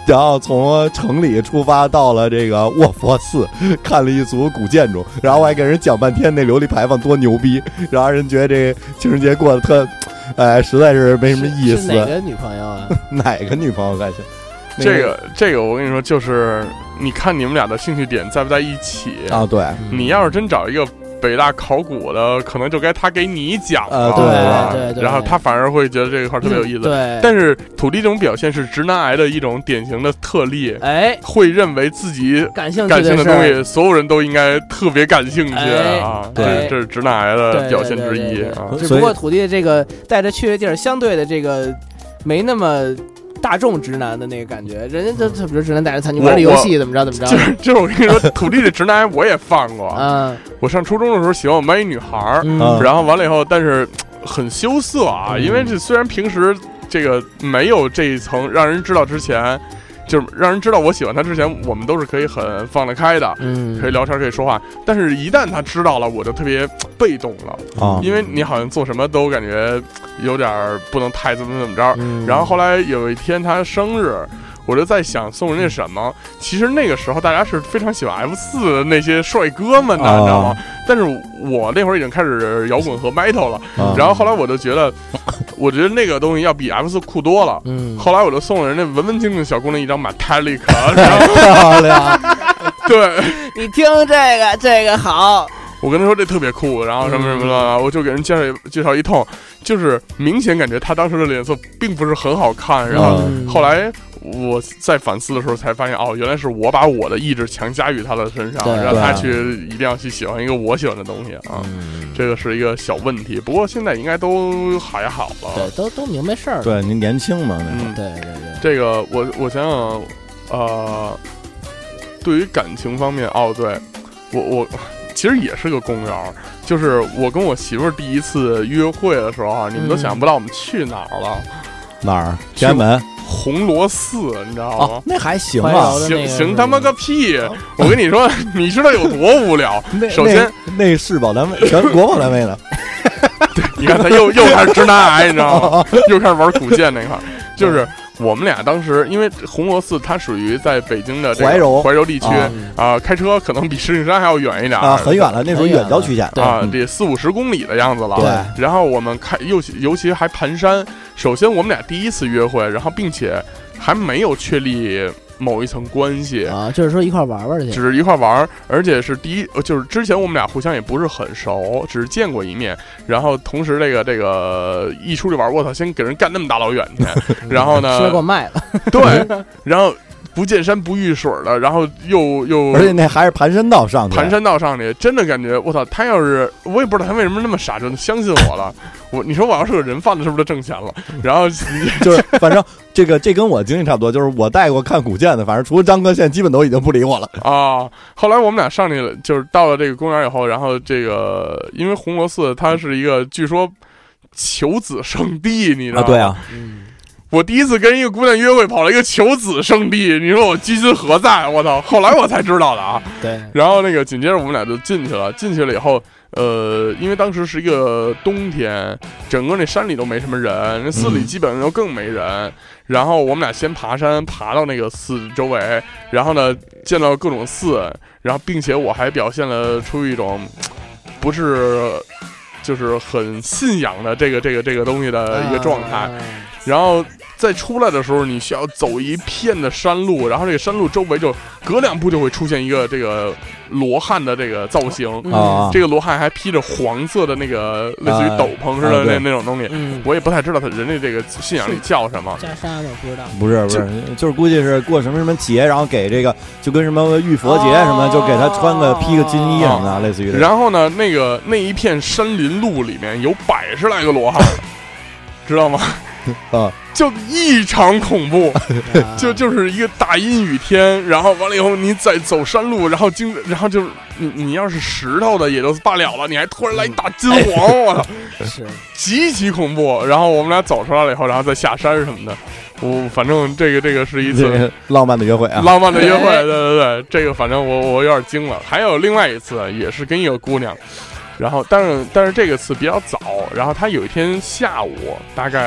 然后从城里出发到了这个卧佛寺，看了一组古建筑，然后我还给人讲半天那琉璃牌坊多牛逼，然后人觉得这情人节过得特，哎，实在是没什么意思。 是哪个女朋友啊？ 哪个女朋友感觉？ 这个这个，我跟你说，就是你看你们俩的兴趣点在不在一起啊？对， 你要是真找一个北大考古的，可能就该他给你讲了， 呃、对对对， 然后他反而会觉得这一块特别有意思。 嗯、对， 但是土地这种表现是直男癌的一种典型的特例， 哎， 会认为自己感兴趣感兴趣的东西，所有人都应该特别感兴趣、 哎、 啊。 对、 哎，这是直男癌的表现之一。 对对对对对啊。 只不过土地这个带着去的地儿，相对的这个没那么。大众直男的那个感觉，人家就比如直男带着餐具玩的游戏，怎么着怎么着。 就是就是我跟你说，土地的直男我也犯过。 嗯， 我上初中的时候喜欢我们班一女孩， 嗯、 然后完了以后，但是很羞涩啊， 嗯、 因为这虽然平时这个没有这一层让人知道之前。就是让人知道我喜欢他之前，我们都是可以很放得开的， 嗯， 可以聊天，可以说话。但是，一旦他知道了，我就特别被动了啊， 因为你好像做什么都感觉有点不能太怎么怎么着。 嗯、 然后后来有一天他生日，我就在想送人家什么。其实那个时候大家是非常喜欢 F 四 的那些帅哥们的， 啊、 你知道吗？但是我那会儿已经开始摇滚和 metal 了， 啊、 然后后来我就觉得。我觉得那个东西要比 F 四 酷多了。 嗯， 后来我就送了人家文文静静小姑娘一张 Metallica， 漂亮。 对， 你听这个，这个好。 我跟他说这特别酷，然后什么什么的，嗯、我就给人介绍介绍一通，就是明显感觉他当时的脸色并不是很好看。然后后来我在反思的时候才发现，哦，原来是我把我的意志强加于他的身上，让他去一定要去喜欢一个我喜欢的东西啊。 嗯、 这个是一个小问题，不过现在应该都还好了。 对，都都明白事儿了。 对，您年轻嘛，那嗯， 对对对。 这个我我想想，呃，对于感情方面，哦，对我我。其实也是个公园，就是我跟我媳妇儿第一次约会的时候啊，你们都想不到我们去哪儿了。 哪儿？天安门。 红螺寺，你知道吗？ 哦、那还行啊， 行行他妈个屁！我跟你说，你知道有多无聊？首先， 那那是保单位，全国保单位的。 对，你看他又又开始直男癌，你知道吗？又开始玩古建那块儿，就是我们俩当时，因为红螺寺它属于在北京的怀柔怀柔地区啊、 嗯呃，开车可能比石景山还要远一点啊，很远了，那时候远郊区县啊，得四五十公里的样子了。 对， 然后我们开尤其尤其还盘山。首先我们俩第一次约会，然后并且还没有确立某一层关系啊，就是说一块玩玩去， 只是一块玩，而且是第一，就是之前我们俩互相也不是很熟，只是见过一面，然后同时这个这个一出去玩，我操，先给人干那么大老远去，然后呢， 车给我卖了， 对，然后不见山不遇水的，然后又又， 而且那还是盘山道上去， 盘山道上去，真的感觉我操，他要是我也不知道他为什么那么傻，就相信我了。我你说我要是个人贩子，是不是就挣钱了？然后就是反正这个这跟我经历差不多，就是我带过看古建的，反正除了张哥，现在基本都已经不理我了啊。后来我们俩上去了，就是到了这个公园以后，然后这个因为红螺寺它是一个据说求子圣地，你知道吗？ 啊对啊， 嗯。 我第一次跟一个姑娘约会，跑了一个求子圣地，你说我居心何在？我操！后来我才知道的啊。 对。 然后那个紧接着我们俩就进去了，进去了以后，呃，因为当时是一个冬天，整个那山里都没什么人，那寺里基本上就更没人。嗯、然后我们俩先爬山，爬到那个寺周围，然后呢见到各种寺，然后并且我还表现了出一种不是就是很信仰的这个这个这个东西的一个状态。啊然后在出来的时候，你需要走一片的山路，然后这个山路周围就隔两步就会出现一个这个罗汉的这个造型啊、嗯， 这个罗汉还披着黄色的那个类似于斗篷似的那、啊、那种东西、 嗯， 我也不太知道他人家这个信仰里叫什么。 袈裟的不知道， 不是不是，就是估计是过什么什么节，然后给这个就跟什么浴佛节什么，哦、就给他穿个披个金衣什么的，啊、类似于。 然后呢，那个那一片山林路里面有百十来个罗汉，知道吗？ 啊， 就异常恐怖，就就是一个大阴雨天，然后完了以后你再走山路，然后经，然后就是你你要是石头的也就罢了了，你还突然来一大金黄，我操， 是极其恐怖。然后我们俩走出来了以后，然后再下山什么的，我反正这个这个是一次浪漫的约会啊， 浪漫的约会，对对对，这个反正我我有点惊了。还有另外一次也是跟一个姑娘。然后，但是但是这个次比较早，然后他有一天下午大概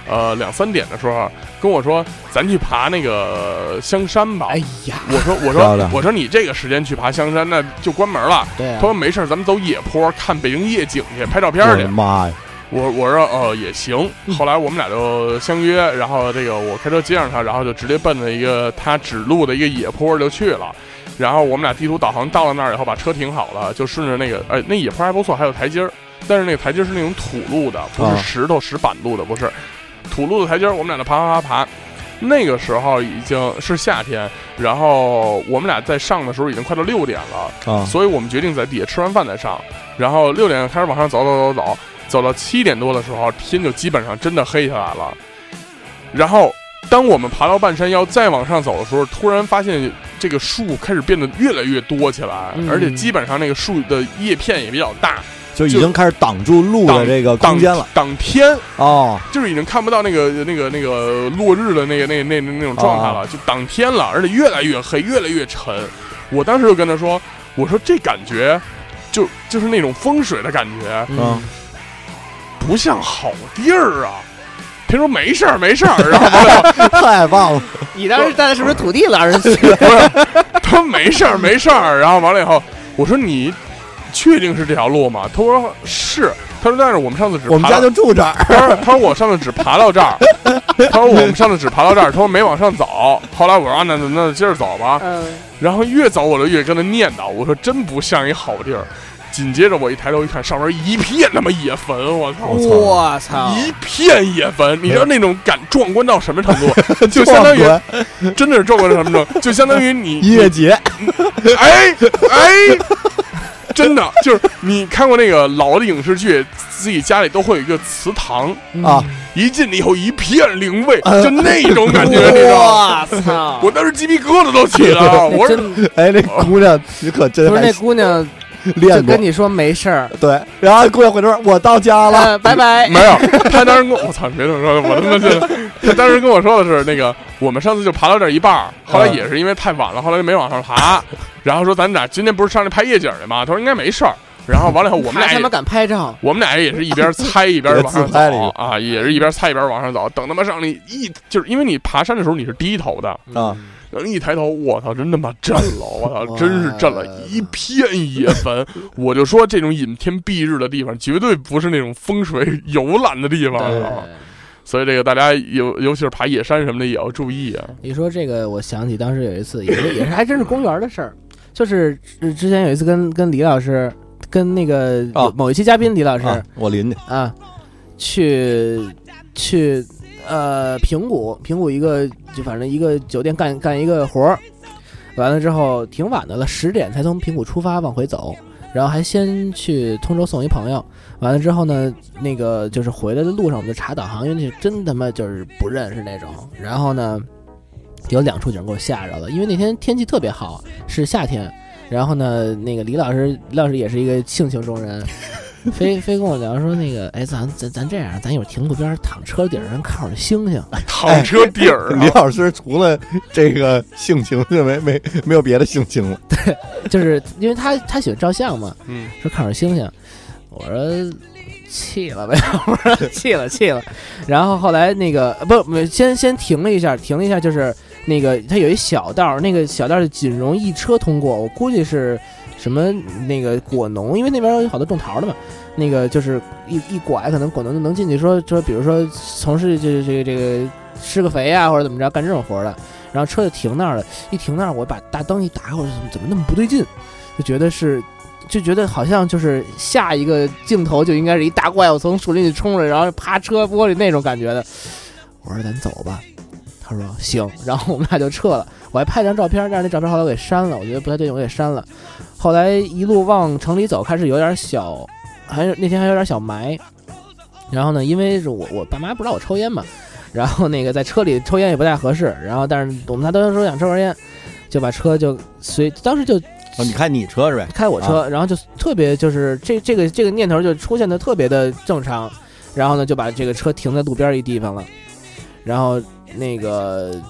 呃两三点的时候跟我说，咱去爬那个香山吧。 哎呀， 我说我说我说你这个时间去爬香山那就关门了。 对、啊， 他说没事，咱们走野坡看北京夜景去，拍照片去。 妈呀！ 我我说呃也行，后来我们俩就相约，然后这个我开车接上他，然后就直接奔着一个他指路的一个野坡就去了。然后我们俩地图导航到了那儿以后，把车停好了，就顺着那个呃那野坡还不错，还有台阶儿，但是那个台阶是那种土路的，不是石头石板路的，不是土路的台阶儿。我们俩就爬爬爬爬，那个时候已经是夏天，然后我们俩在上的时候已经快到六点了啊，所以我们决定在底下吃完饭再上，然后六点开始往上走走走走。走到七点多的时候，天就基本上真的黑下来了。然后，当我们爬到半山腰再往上走的时候，突然发现这个树开始变得越来越多起来，嗯、而且基本上那个树的叶片也比较大， 就已经开始挡住路的这个空间了， 挡天哦， 就是已经看不到那个那个那个落日的那个那那那那种状态了，哦、就挡天了，而且越来越黑，越来越沉。我当时就跟他说：“我说这感觉，就就是那种风水的感觉。” 嗯。 不像好地儿啊！他说没事儿没事儿，然后完了太棒了！ 你当时带的是不是土地老人去？ 不是，他说没事儿没事儿，然后完了以后，我说你确定是这条路吗？他说是，他说但是我们上次只爬我们家就住这儿。 他说他说我上次只爬到这儿，他说我们上次只爬到这儿，他说没往上走。后来我说啊那那那接着走吧，嗯，然后越走我就越跟他念叨，我说真不像一好地儿。紧接着我一抬头一看，上面一片他妈野坟，我操！ 我操！ 一片野坟，你知道那种感壮观到什么程度？就相当于真的是壮观到什么程度？就相当于你音乐节， 哎哎，真的就是你看过那个老的影视剧，自己家里都会有一个祠堂啊， 一进去以后一片灵位，就那种感觉，你知道吗？ 我操！ 我当时鸡皮疙瘩都起了。我说， 哎，那姑娘你可真不是那姑娘。就跟你说没事儿， 对，然后姑娘回头说：“我到家了， 呃、拜拜。” 没有，他当时跟我，我操，别这么说，我他妈是，他当时跟我说的是那个，我们上次就爬到这一半，后来也是因为太晚了，后来就没往上爬，然后说咱俩今天不是上去拍夜景的吗？他说应该没事儿。然后完了以后，我们俩他们敢拍照， 我们俩也是一边猜一边往上走啊，也是一边猜一边往上走。等他妈上去一，就是因为你爬山的时候你是低头的啊。 一抬头，我操，真他妈震了！我操，真是震了，一片野坟。我就说，这种隐天蔽日的地方，绝对不是那种风水游览的地方，知道吗？所以这个大家尤尤其是爬野山什么的也要注意啊。 你说这个，我想起当时有一次，也是也是还真是公园的事儿，就是之前有一次跟跟李老师，跟那个某一期嘉宾李老师， 啊、我邻居啊，去去。呃，平谷，平谷一个就反正一个酒店干干一个活儿，完了之后挺晚的了，十点才从平谷出发往回走，然后还先去通州送一朋友，完了之后呢，那个就是回来的路上我们就查导航，因为那真他妈就是不认识那种，然后呢，有两处景给我吓着了，因为那天天气特别好，是夏天，然后呢，那个李老师，李老师也是一个性情中人。非非跟我聊说那个，哎，咱咱咱这样，咱一会儿停路边躺车顶上看会儿星星。 躺车顶儿、啊， 李老师除了这个性情，就没没没有别的性情了。 对，就是因为他他喜欢照相嘛，嗯，说看会儿星星。我说气了呗，我说气了气了。然后后来那个不，先先停了一下，停了一下，就是那个他有一小道，那个小道仅容一车通过，我估计是。什么那个果农，因为那边有好多种桃的嘛，那个就是一一拐，可能果农就能进去说说，比如说从事这这个这个施个肥啊，或者怎么着干这种活的，然后车就停那儿了，一停那儿，我把大灯一打，我说怎么那么不对劲，就觉得是，就觉得好像就是下一个镜头就应该是一大怪物从树林里冲出来，然后趴车玻璃那种感觉的。我说咱走吧，他说行，然后我们俩就撤了。我还拍张照片，但是那照片后来我给删了，我觉得不太对，我给删了。后来一路往城里走，开始有点小，还是那天还有点小霾。然后呢，因为是我我爸妈不让我抽烟嘛，然后那个在车里抽烟也不太合适。然后但是我们家都说想抽根烟，就把车就随当时就哦，你开你车是呗？ 开我车， 啊、 然后就特别就是这这个这个念头就出现的特别的正常。然后呢，就把这个车停在路边一地方了，然后那个。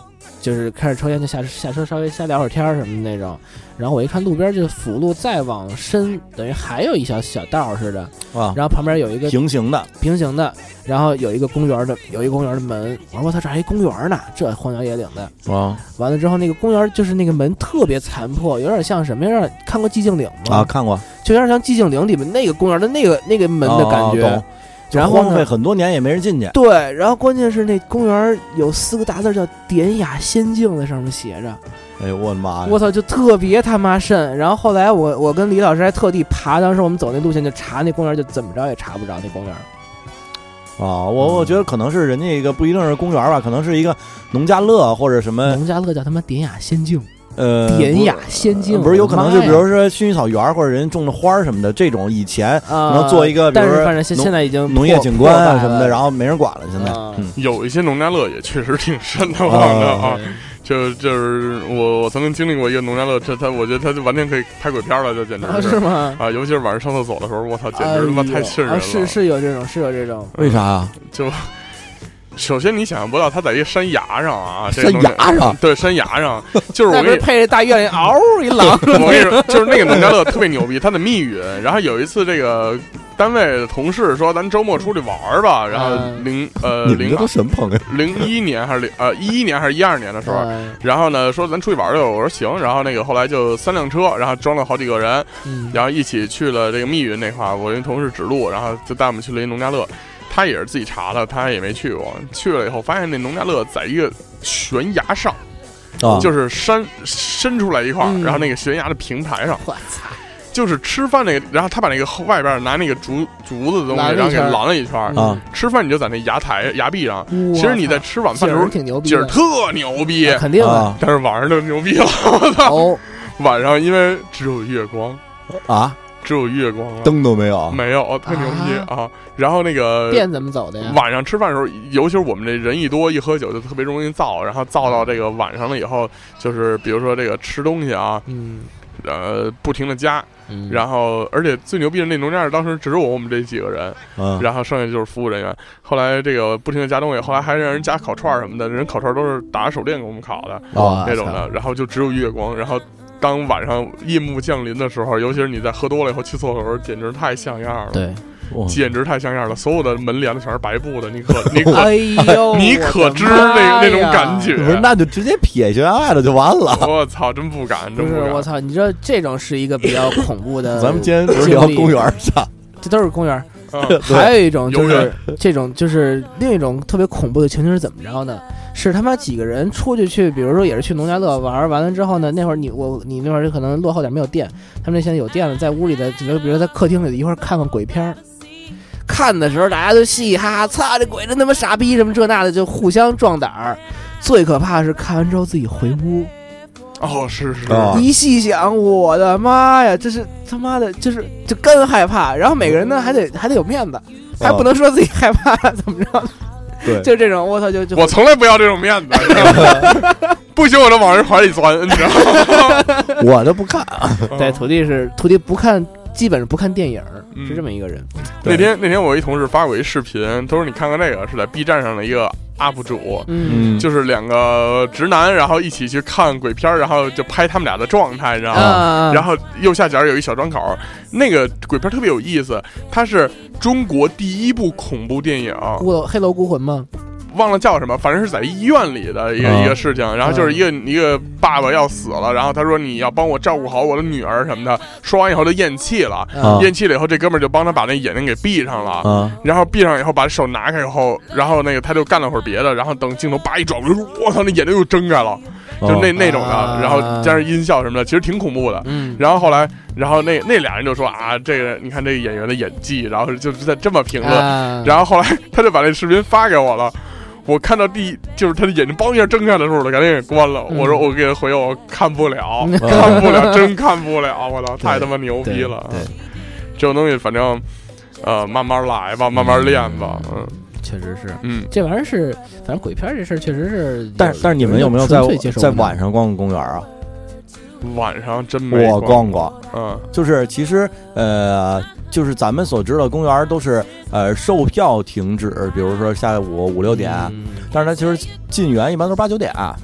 就是开始抽烟就下下车稍微瞎聊会儿天什么的那种。然后我一看路边就是辅路再往深，等于还有一小小道似的啊，然后旁边有一个平行的平行的，然后有一个公园的有一个公园的门。我说我操，这还一公园呢，这荒郊野岭的啊！完了之后那个公园就是那个门特别残破，有点像什么？有点看过寂静岭吗？ 啊，看过， 就有点像寂静岭里面那个公园的那个那个门的感觉。哦，然后荒废很多年也没人进去。 对，然后关键是那公园有四个大字叫典雅仙境在上面写着。 哎呦我的妈呀！ 我操，就特别他妈瘆。然后后来我我跟李老师还特地爬，当时我们走那路线就查那公园，就怎么着也查不着那公园。 啊，我我觉得可能是人家一个不一定是公园吧，可能是一个农家乐或者什么。 农家乐叫他妈典雅仙境。 呃， 典雅仙境不是有可能是比如说薰衣草园或者人种的花什么的这种，以前可能做一个， 但是反正现在已经农业景观啊什么的，然后没人管了。现在有一些农家乐也确实挺瘆得慌的啊。就就是我我曾经经历过一个农家乐，这他我觉得他就完全可以拍鬼片了，就简直是、 啊、是吗？ 啊，尤其是晚上上厕所的时候，我操，简直他妈太瘆人了。 啊、是是有这种，是有这种， 为啥啊？ 就首先你想象不到，他在一个山崖上啊， 山崖上， 对，山崖上，就是我跟你配着大月亮，嗷一狼。 我跟你说，就是那个农家乐特别牛逼，它的密云。然后有一次，这个单位的同事说，咱周末出去玩吧。然后零呃零都什么朋友？ 零一年还是零呃一一年还是一二年的时候，然后呢说咱出去玩去，我说行。然后那个后来就三辆车，然后装了好几个人，然后一起去了这个密云那块儿。我跟同事指路，然后就带我们去了一农家乐。他也是自己查的，他也没去过。去了以后，发现那农家乐在一个悬崖上，啊、就是山伸出来一块、嗯，然后那个悬崖的平台上， 我操， 就是吃饭那个，然后他把那个外边拿那个竹竹子的东西，然后给拦了一圈啊。吃饭你就在那崖台崖壁上，其实你在吃晚饭的时候挺牛逼， 劲儿特牛逼， 肯定的。 但是晚上就牛逼了，我操！ 哦、 晚上因为只有月光啊。 只有月光了， 灯都没有， 没有，特牛逼 啊, 啊！然后那个店怎么走的呀？ 晚上吃饭的时候，尤其是我们这人一多，一喝酒就特别容易燥，然后燥到这个晚上了以后，就是比如说这个吃东西啊，嗯，呃，不停的加，嗯、然后而且最牛逼的那农家乐当时只有我们这几个人，嗯，然后剩下就是服务人员。后来这个不停的加东西，后来还让人加烤串什么的，人烤串都是打着手电给我们烤的，哦、那种的，然后就只有月光，然后。当晚上夜幕降临的时候，尤其是你在喝多了以后去厕所的时候，简直太像样了。 对， 简直太像样了。所有的门帘子全是白布的，你可你可， 哎呦， 你可知那个那种感觉？ 不是，那就直接撇悬崖了就完了。 我操，真不敢，真不敢。 是，我操，你知道这种是一个比较恐怖的。 咱们今天不是聊公园上， 这都是公园。嗯、还有一种就是这种就是另一种特别恐怖的情景是怎么着呢？是他妈几个人出去去，比如说也是去农家乐玩，完了之后呢，那会儿你我你那会儿可能落后点没有电，他们那现在有电了，在屋里的，比如说在客厅里一块看看鬼片，看的时候大家都嘻嘻哈哈，操这鬼真他妈傻逼什么这那的，就互相壮胆儿。最可怕的是看完之后自己回屋。 哦，是是， 一细想，我的妈呀，这是他妈的，就是就更害怕。然后每个人呢还得还得有面子，还不能说自己害怕，怎么着？ 对， 就这种，我操，就就我从来不要这种面子，不行我就往人怀里钻，你知道吗？ 我都不看。 对，徒弟是徒弟不看，基本上不看电影，是这么一个人。 那天那天我一同事发过一视频，他说你看看这个，是在 B 站上的一个。U P 主，嗯，就是两个直男，然后一起去看鬼片，然后就拍他们俩的状态，你知道吗？啊、然后右下角有一小窗口，那个鬼片特别有意思，它是中国第一部恐怖电影， 孤黑楼孤魂吗？ 忘了叫什么，反正是在医院里的一个、啊、一个事情，然后就是一个、嗯、一个爸爸要死了，然后他说你要帮我照顾好我的女儿什么的，说完以后就咽气了，啊、咽气了以后这哥们儿就帮他把那眼睛给闭上了，啊、然后闭上以后把手拿开以后，然后那个他就干了会儿别的，然后等镜头叭一转，我操，那眼睛又睁开了。就那那种的，啊、然后加上音效什么的，其实挺恐怖的。嗯，然后后来，然后那那俩人就说啊，这个你看这个演员的演技，然后就是在这么评论。啊、然后后来他就把那视频发给我了，我看到第就是他的眼睛梆一下睁开的时候，我就赶紧给关了。嗯、我说我给他回我看不了，嗯、看不了，真看不了，我操，太他妈牛逼了！ 对， 对这种东西反正呃慢慢来吧，慢慢练吧，嗯。 确实是， 嗯， 这玩意儿是，反正鬼片这事儿确实是， 但但是你们有没有在在晚上逛公园啊？ 晚上真没我逛过， 嗯， 就是其实呃，就是咱们所知道公园都是呃售票停止，比如说下午五六点，嗯、但是它其实进园一般都是八九点。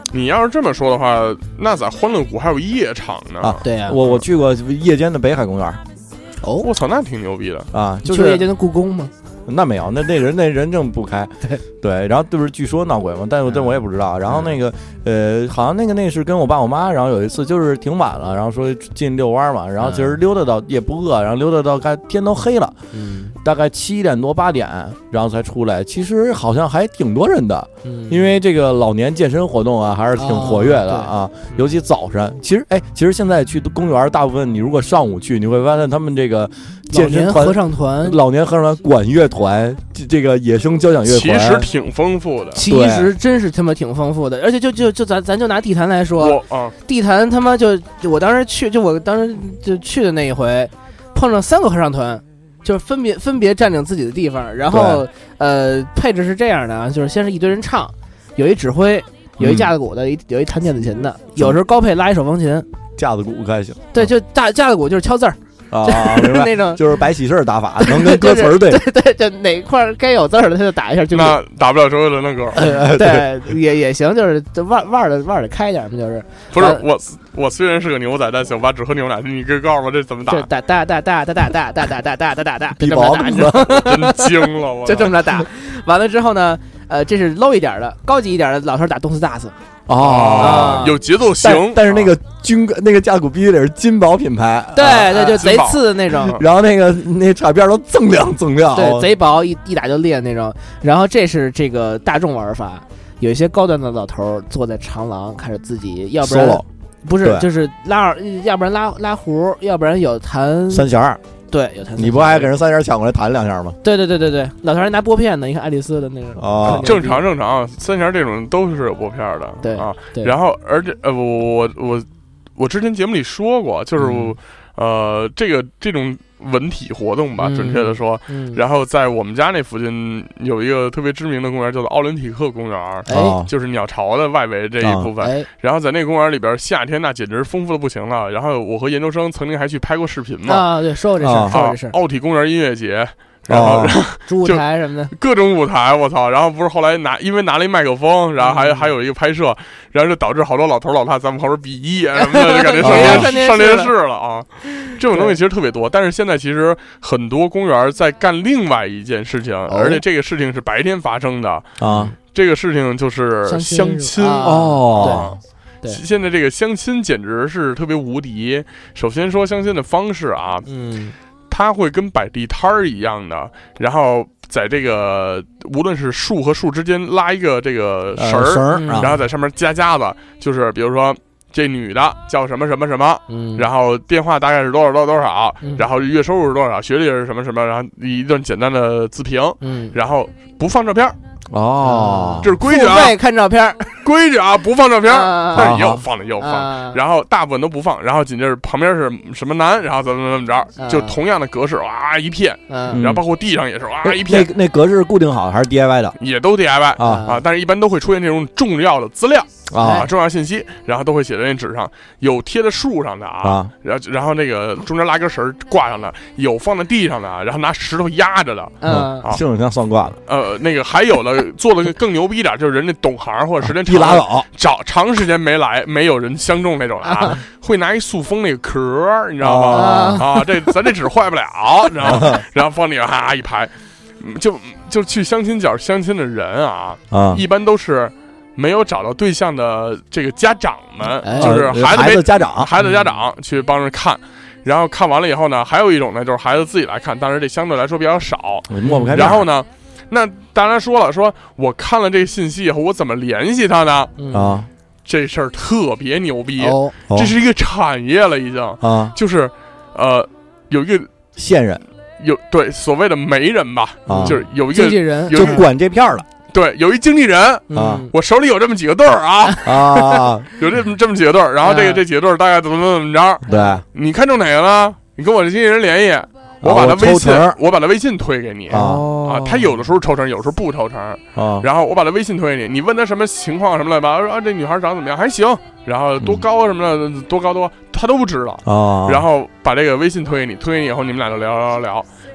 你要是这么说的话，那在欢乐谷还有夜场呢。 啊， 对呀、啊， 我我去过夜间的北海公园。 哦， 我操，那挺牛逼的啊！就是夜间的故宫吗？ 那没有，那那人那人正不开，对对，然后就是据说闹鬼嘛，但但我也不知道。然后那个呃，好像那个那是跟我爸我妈，然后有一次就是挺晚了，然后说进遛弯嘛，然后其实溜达到也不饿，然后溜达到该天都黑了，嗯，大概七点多八点，然后才出来。其实好像还挺多人的，嗯，因为这个老年健身活动啊还是挺活跃的啊， 哦、 尤其早晨。其实哎，其实现在去公园，大部分你如果上午去，你会发现他们这个健身团、 合唱团、 老年合唱团、管乐团。团这个野生交响乐团其实挺丰富的， 其实真是他妈挺丰富的，而且就就就咱咱就拿地坛来说， 啊、 地坛他妈就就我当时去，就我当时就去的那一回，碰上三个合唱团，就是分别分别占领自己的地方，然后呃配置是这样的啊，就是先是一堆人唱，有一指挥，有一架子鼓的，嗯、有一弹电子琴的，有时候高配拉一手风琴， 架子鼓还行， 对，就架架子鼓就是敲字儿。 啊，明白那种就是白喜事打法，能跟歌词儿对， 对对，就哪块该有字儿的他就打一下，就那打不了周杰伦的歌， 对，也也行，就是腕腕的腕的开点嘛，就是不是我我虽然是个牛仔，但酒吧只喝牛奶，你给告诉我这怎么打？ 就打打打打打打打打打打打打打打， 就这么打， 真惊了我， 就这么着打。完了之后呢，呃，这是 low 一点的，高级一点的，老头打动次打次。 哦，有节奏型， 但是那个军那个架子鼓必须得是金宝品牌， 对对，就贼次的那种。 然后那个那插片都锃亮锃亮， 对，贼薄，一一打就裂那种。然后这是这个大众玩法，有一些高端的老头坐在长廊，开始自己，要不然不是就是拉，要不然拉拉胡，要不然有弹三弦儿。 对，有弹。 你不还给人三弦抢过来弹两下吗？ 对对对对对，老头还拿拨片呢，你看爱丽丝的那种。 哦， 正常正常，三弦这种都是有拨片的。 对啊， 对。 然后而且呃，我我我我之前节目里说过，就是、嗯、呃，这个这种文体活动吧， 嗯、 准确的说、 嗯， 然后在我们家那附近有一个特别知名的公园，叫做奥林匹克公园， 哎， 就是鸟巢的外围这一部分。 哎、 然后在那个公园里边，夏天那简直丰富的不行了。然后我和研究生曾经还去拍过视频嘛。 啊，对，说过这事儿、啊，说过这事儿。 奥体公园音乐节。然后， 哦、主舞台什么的， 各种舞台，我操！然后不是后来拿，因为拿了一麦克风，然后还、嗯、还有一个拍摄，然后就导致好多老头老太在我们后边比一什么的，就感觉上电上电视了啊！这种东西其实特别多，但是现在其实很多公园在干另外一件事情，哦、而且这个事情是白天发生的啊。 这个事情就是相亲哦。 对， 现在这个相亲简直是特别无敌。首先说相亲的方式啊， 嗯。 他会跟摆地摊儿一样的，然后在这个无论是树和树之间拉一个这个绳儿、 呃，绳儿、嗯， 然后在上面加夹子，就是比如说这女的叫什么什么什么， 嗯， 然后电话大概是多少多少多少， 嗯、 然后月收入是多少，学历是什么什么，然后一段简单的自评， 嗯， 然后不放照片。 哦， 这是规矩啊！ 看照片， 规矩啊，不放照片， 啊、 但是也有放的，也有放、 啊， 然后大部分都不放，然后紧接着旁边是什么男，然后怎么怎么着， 啊、 就同样的格式，哇一片， 嗯、 然后包括地上也是哇一片。 那那格式固定好还是 D I Y 的？ 也都 D I Y 啊啊，但是一般都会出现这种重要的资料。 啊， 重要信息，然后都会写在那纸上，有贴在树上的啊， 啊然后然后那个中间拉根绳挂上的，有放在地上的，然后拿石头压着的， 嗯， 啊， 这种像算卦的。 呃，那个还有的做的更牛逼点，就是人家懂行或者时间长， 一拉倒， 找长时间没来，没有人相中那种啊，啊会拿一塑封那个壳，你知道吗？ 啊， 啊这咱这纸坏不了，你知道吗？然后放里边哈一排，就就去相亲角相亲的人啊， 啊， 一般都是。没有找到对象的这个家长们， 哎、 就是孩子没、 孩子家长， 孩子家长去帮着看，然后看完了以后呢，还有一种呢，就是孩子自己来看，但是这相对来说比较少， 抹不开。 然后呢，那当然说了，说我看了这个信息以后，我怎么联系他呢？ 啊， 这事儿特别牛逼， 哦、 这是一个产业了，已经啊， 就是呃，有一个线人， 有对所谓的媒人吧， 啊、 就是有一个经纪人， 有就管这片儿了。 对，有一经纪人啊， 我手里有这么几个对儿啊啊， 有这么这么几个对儿，然后这个、啊、这几个对儿大概怎么怎么着？ 对， 你看中哪个呢？你跟我这经纪人联系，我把他微信，我, 我把他微信推给你啊啊，他有的时候抽成，有时候不抽成啊。 然后我把他微信推给你，你问他什么情况什么的吧，说啊这女孩长怎么样，还行，然后多高什么的，嗯、多高多，他都不知道啊。 然后把这个微信推给你，推给你以后，你们俩就聊聊聊。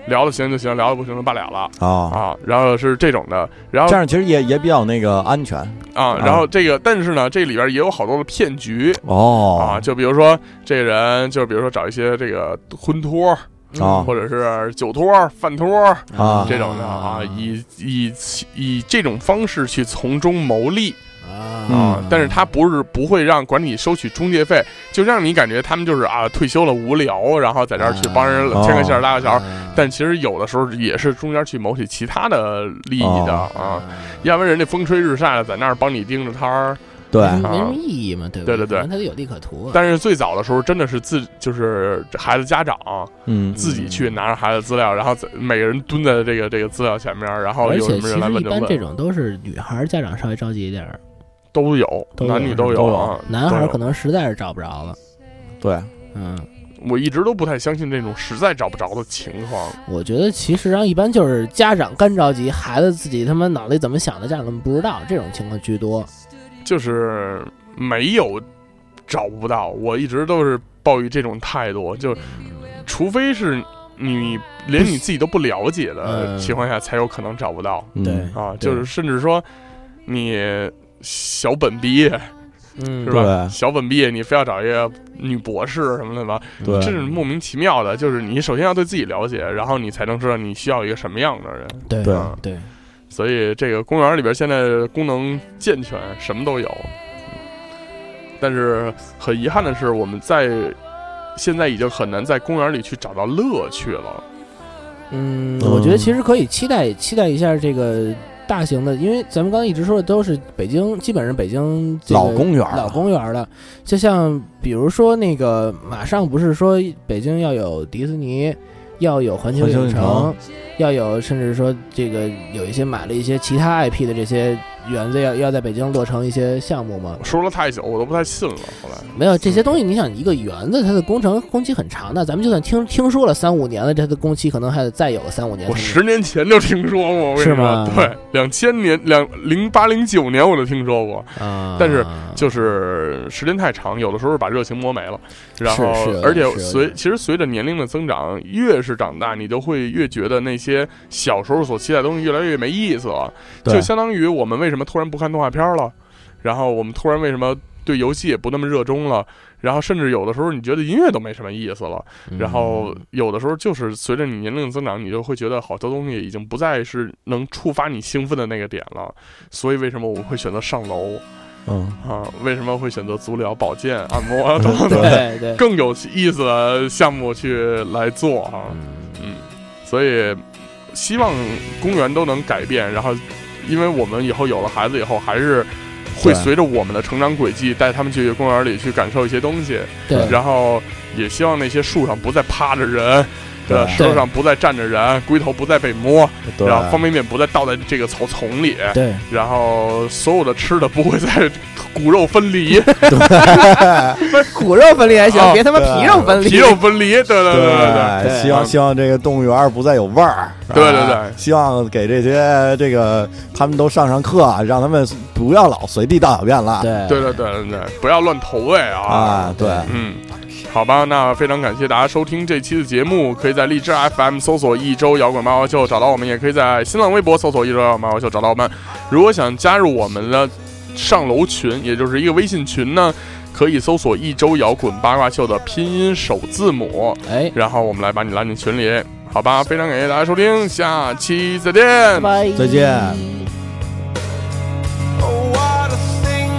聊的行就行，聊的不行就罢了了啊啊。然后是这种的，然后这样其实也也比较那个安全啊。然后这个，但是呢，这里边也有好多的骗局哦啊，就比如说这个人，就比如说找一些这个婚托。 啊， 或者是酒托、饭托啊这种的啊，以以以这种方式去从中牟利啊、 嗯，但是他不是不会让管理收取中介费，就让你感觉他们就是啊退休了无聊，然后在这儿去帮人牵个线拉个桥， 啊、 但其实有的时候也是中间去谋取其他的利益的、哦、啊，要不然人家风吹日晒的在那儿帮你盯着摊儿。 对， 没什么意义嘛，对不对？对对对， 他得有利可图、啊。 但是最早的时候，真的是自就是孩子家长， 嗯， 自己去拿着孩子资料，然后每个人蹲在这个这个资料前面，然后有什么人来问就问。 而且其实一般这种都是女孩家长稍微着急一点， 都有， 都有男女都有啊。 男孩可能实在是找不着了。 对， 嗯， 我一直都不太相信这种实在找不着的情况。 我觉得其实上一般就是家长干着急，孩子自己他妈脑袋怎么想的，家长根本不知道，这种情况居多。 就是没有找不到，我一直都是抱于这种态度，就除非是你连你自己都不了解的情况下，才有可能找不到。 对啊，就是甚至说你小本毕业。 嗯， 是吧？小本毕业，你非要找一个女博士什么的吧？ 对， 这是莫名其妙的。就是你首先要对自己了解，然后你才能知道你需要一个什么样的人。 对对对。 所以这个公园里边现在功能健全，什么都有。但是很遗憾的是，我们在现在已经很难在公园里去找到乐趣了。 嗯，我觉得其实可以期待期待一下这个大型的，因为咱们刚才一直说的都是北京，基本上北京这个老公园老公园的，就像比如说那个马上不是说北京要有迪士尼，要有环球影城，要有甚至说这个有一些买了一些其他 I P 的这些园子要要在北京落成一些项目嘛。 说了太久，我都不太信了。后来没有这些东西，你想一个园子它的工程工期很长的，咱们就算听听说了三五年了，它的工期可能还得再有个三五年。 我十年前就听说过， 是吗？ 对，两千年两零八零九年我就听说过啊， 但是就是时间太长，有的时候把热情磨没了。然后，而且随其实随着年龄的增长，越是长大，你就会越觉得那些小时候所期待的东西越来越没意思了。就相当于我们为什么突然不看动画片了，然后我们突然为什么对游戏也不那么热衷了，然后甚至有的时候你觉得音乐都没什么意思了，然后有的时候就是随着你年龄的增长，你就会觉得好多东西已经不再是能触发你兴奋的那个点了。所以为什么我们会选择上楼？ 嗯啊，为什么会选择足疗、保健、按摩啊等等对对更有意思的项目去来做啊？嗯，所以希望公园都能改变，然后因为我们以后有了孩子以后，还是会随着我们的成长轨迹带他们去公园里去感受一些东西。 对， 然后也希望那些树上不再趴着人。对，石头上不再站着人，龟头不再被摸，然后方便面不再倒在这个草丛里， 对， 然后所有的吃的不会再骨肉分离， 不是骨肉分离还行， 哦、 别他妈皮肉分离， 皮肉分离，对对对对对，希望希望这个动物园不再有味儿， 对对对， 希望给这些这个他们都上上课，让他们不要老随地大小便了， 对对对对对，不要乱投喂啊， 啊，对， 嗯。好吧，那非常感谢大家收听这期的节目，可以在荔枝 F M 搜索一周摇滚八卦秀找到我们，也可以在新浪微博搜索一周摇滚八卦秀找到我们。如果想加入我们的上楼群，也就是一个微信群呢，可以搜索一周摇滚八卦秀的拼音首字母， 哎， 然后我们来把你拉进群里。好吧，非常感谢大家收听，下期再见， 拜拜， 再见。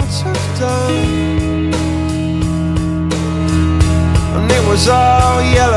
It was all yellow